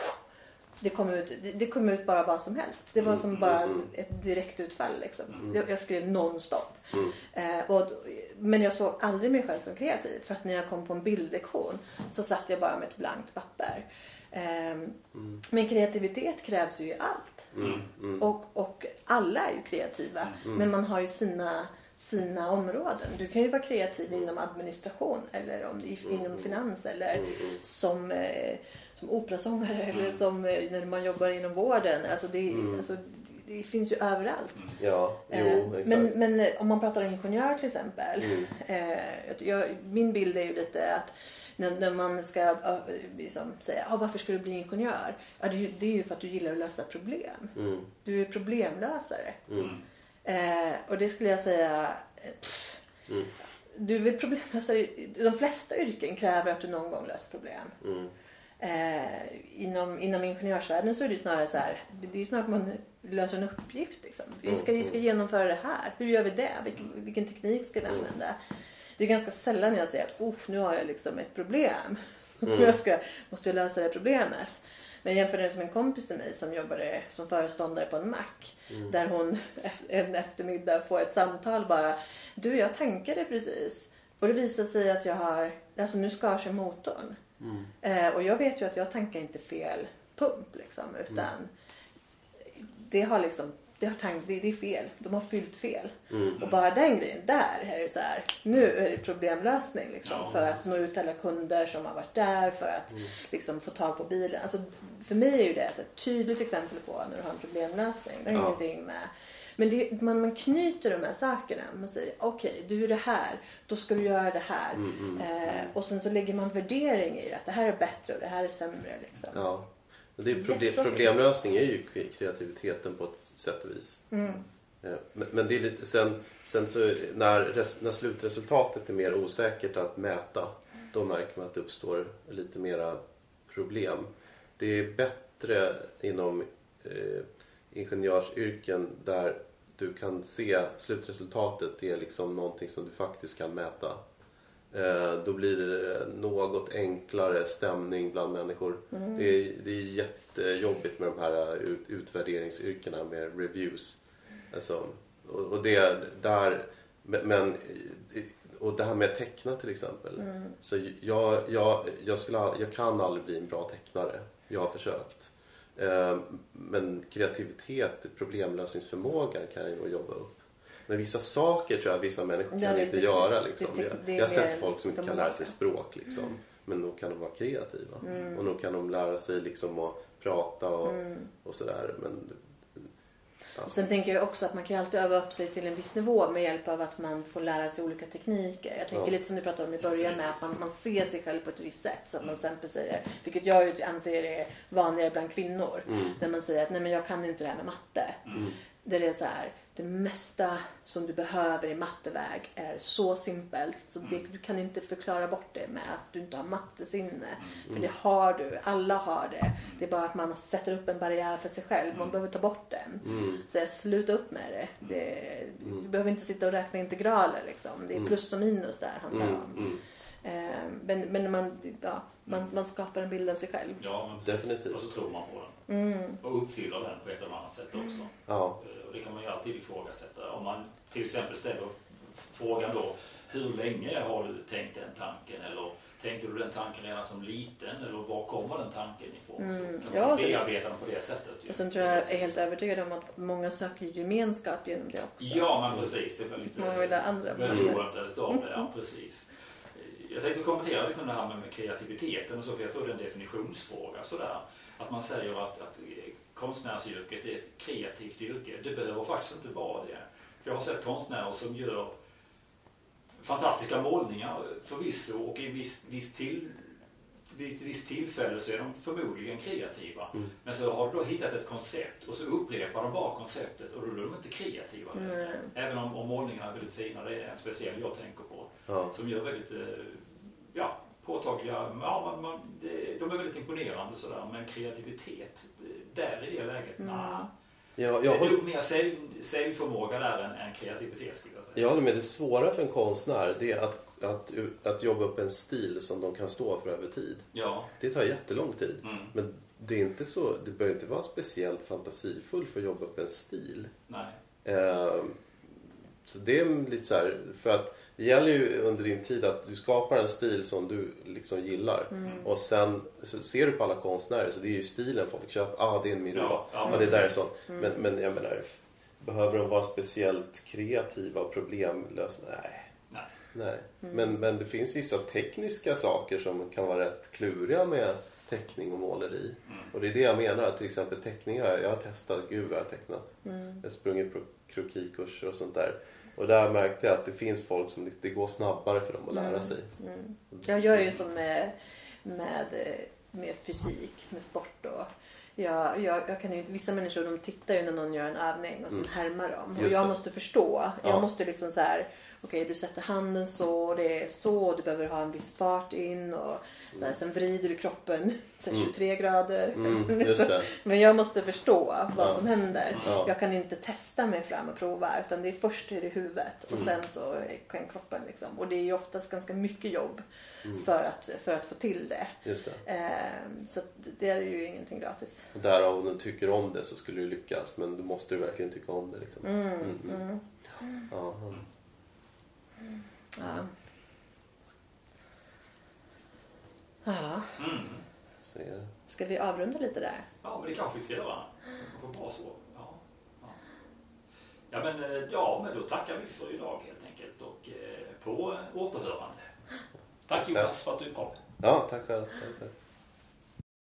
det kom ut bara vad som helst. Det var som bara ett direkt utfall liksom. Jag skrev nonstop. Men jag såg aldrig mig själv som kreativ, för att när jag kom på en bildlektion så satt jag bara med ett blankt papper. Men kreativitet krävs ju i allt. Och alla är ju kreativa, men man har ju sina områden. Du kan ju vara kreativ inom administration eller inom finans eller som operasångare eller som när man jobbar inom vården. Alltså det finns ju överallt. Ja, exakt. Men om man pratar om ingenjör till exempel. Min bild är ju lite att när man ska liksom säga, varför ska du bli ingenjör? Ja, det är ju för att du gillar att lösa problem. Du är problemlösare. Och det skulle jag säga, du är problemlösare. De flesta yrken kräver att du någon gång löser problem. Inom ingenjörsvärlden så är det snarare så här, det är snarare att man löser en uppgift liksom. Vi ska genomföra det här. Hur gör vi det? Vilken teknik ska vi använda? Det är ganska sällan jag säger att nu har jag liksom ett problem. Måste jag lösa det problemet. Men jag jämförde det som en kompis till mig som jobbade som föreståndare på en mack. Där hon en eftermiddag får ett samtal bara. Du, jag tankade precis. Och det visar sig att jag har, alltså nu skar sig motorn. Och jag vet ju att jag tankar inte fel pump liksom. Utan det har liksom, det är fel. De har fyllt fel. Och bara den grejen där är det så här. Nu är det problemlösning liksom, för att nå ut alla kunder som har varit där. För att liksom få tag på bilen. Alltså, för mig är ju det ett tydligt exempel på när du har en problemlösning. Det är ingenting med. Men man knyter de här sakerna. Man säger okej, du är det här. Då ska du göra det här. Och sen så lägger man värdering i det. Att det här är bättre och det här är sämre. Liksom. Ja. Problemlösning är ju kreativiteten på ett sätt och vis. Men det är lite, sen så när slutresultatet är mer osäkert att mäta, då märker man att det uppstår lite mera problem. Det är bättre inom ingenjörsyrken där du kan se slutresultatet, det är liksom någonting som du faktiskt kan mäta. Då blir det något enklare stämning bland människor. Det är jättejobbigt med de här utvärderingsyrkena med reviews. Alltså, och det där, men och det här med teckna till exempel. Så jag kan aldrig bli en bra tecknare. Jag har försökt. Men kreativitet, problemlösningsförmåga kan jag nog jobba upp. Men vissa saker tror jag vissa människor kan inte göra. Liksom. Jag har sett folk som inte kan lära sig språk. Liksom. Men då kan de vara kreativa. Och då kan de lära sig liksom, att prata och sådär. Men, ja. Och sen tänker jag också att man kan alltid öva upp sig till en viss nivå med hjälp av att man får lära sig olika tekniker. Jag tänker lite som du pratade om i början med att man ser sig själv på ett visst sätt. Så att man till exempel säger, vilket jag anser är vanligare bland kvinnor. Där man säger att nej, men jag kan inte det här med matte. Där det är så här, det mesta som du behöver i matteväg är så simpelt så du kan inte förklara bort det med att du inte har mattesinne. För det har du, alla har det. Det är bara att man sätter upp en barriär för sig själv. Man behöver ta bort den. Så jag slutar upp med det. Du behöver inte sitta och räkna integraler liksom. Det är plus och minus där handlar om. Men man skapar en bild av sig själv. Ja, men definitivt. Och så tror man på den. Och uppfyller den på ett eller annat sätt också. Ja. Och det kan man ju alltid ifrågasätta. Om man till exempel ställer frågan då, hur länge har du tänkt den tanken? Eller tänkte du den tanken redan som liten? Eller var kommer den tanken ifrån? Så kan man bearbeta den på det sättet. Och sen tror jag är helt övertygad om att många söker gemenskap genom det också. Ja, men precis. Det blir lite beroende av det. Ja, precis. Jag tänkte kommentera liksom det här med kreativiteten och så, för jag tror det är en definitionsfråga sådär. Att man säger att konstnärsyrket är ett kreativt yrke. Det behöver faktiskt inte vara det. För jag har sett konstnärer som gör fantastiska målningar förvisso, och i vid ett visst tillfälle så är de förmodligen kreativa. Men så har de då hittat ett koncept och så upprepar de bara konceptet och då är de inte kreativa. Även om målningarna är väldigt fina, det är en speciell jag tänker på. Som gör väldigt påtagliga, de är väldigt imponerande sådär, men kreativitet, där i det läget, det är nog mer säljförmåga där än kreativitet skulle jag säga. Jag håller med, det svåra för en konstnär det är att jobba upp en stil som de kan stå för över tid. Ja. Det tar jättelång tid. Men det är inte så, det behöver inte vara speciellt fantasifull för att jobba upp en stil. Nej. Så det är lite så här, för att det gäller ju under din tid att du skapar en stil som du liksom gillar. Och sen så ser du på alla konstnärer, så det är ju stilen folk köper. Det är en Miro. Det är där så. Men jag menar, behöver de vara speciellt kreativa och problemlösa? Nej. Men det finns vissa tekniska saker som kan vara rätt kluriga med teckning och måleri. Och det är det jag menar, till exempel teckningar. Jag har testat, jag har tecknat. Jag har sprungit på krokikurser och sånt där. Och där märkte jag att det finns folk som det går snabbare för dem att lära sig. Jag gör ju som med fysik, med sport och jag kan ju, vissa människor de tittar ju när någon gör en övning och sen härmar dem. Och jag måste förstå. Jag måste liksom så här, okej, du sätter handen så, det är så, du behöver ha en viss fart in och så här, sen vrider du kroppen så här, 23 grader. Just det. Men jag måste förstå vad som händer. Jag kan inte testa mig fram och prova, utan det är först i huvudet och sen så kan kroppen liksom. Och det är ju oftast ganska mycket jobb för att få till det. Just det. Så det är ju ingenting gratis. Och därav om du tycker om det så skulle du lyckas, men du måste ju verkligen tycka om det liksom. Ska vi avrunda lite där? Ja, men det kanske vi ska göra. Det får vara så. Men då tackar vi för idag helt enkelt och på återhörande. Tack Jonas för att du kom. Ja, tack själv.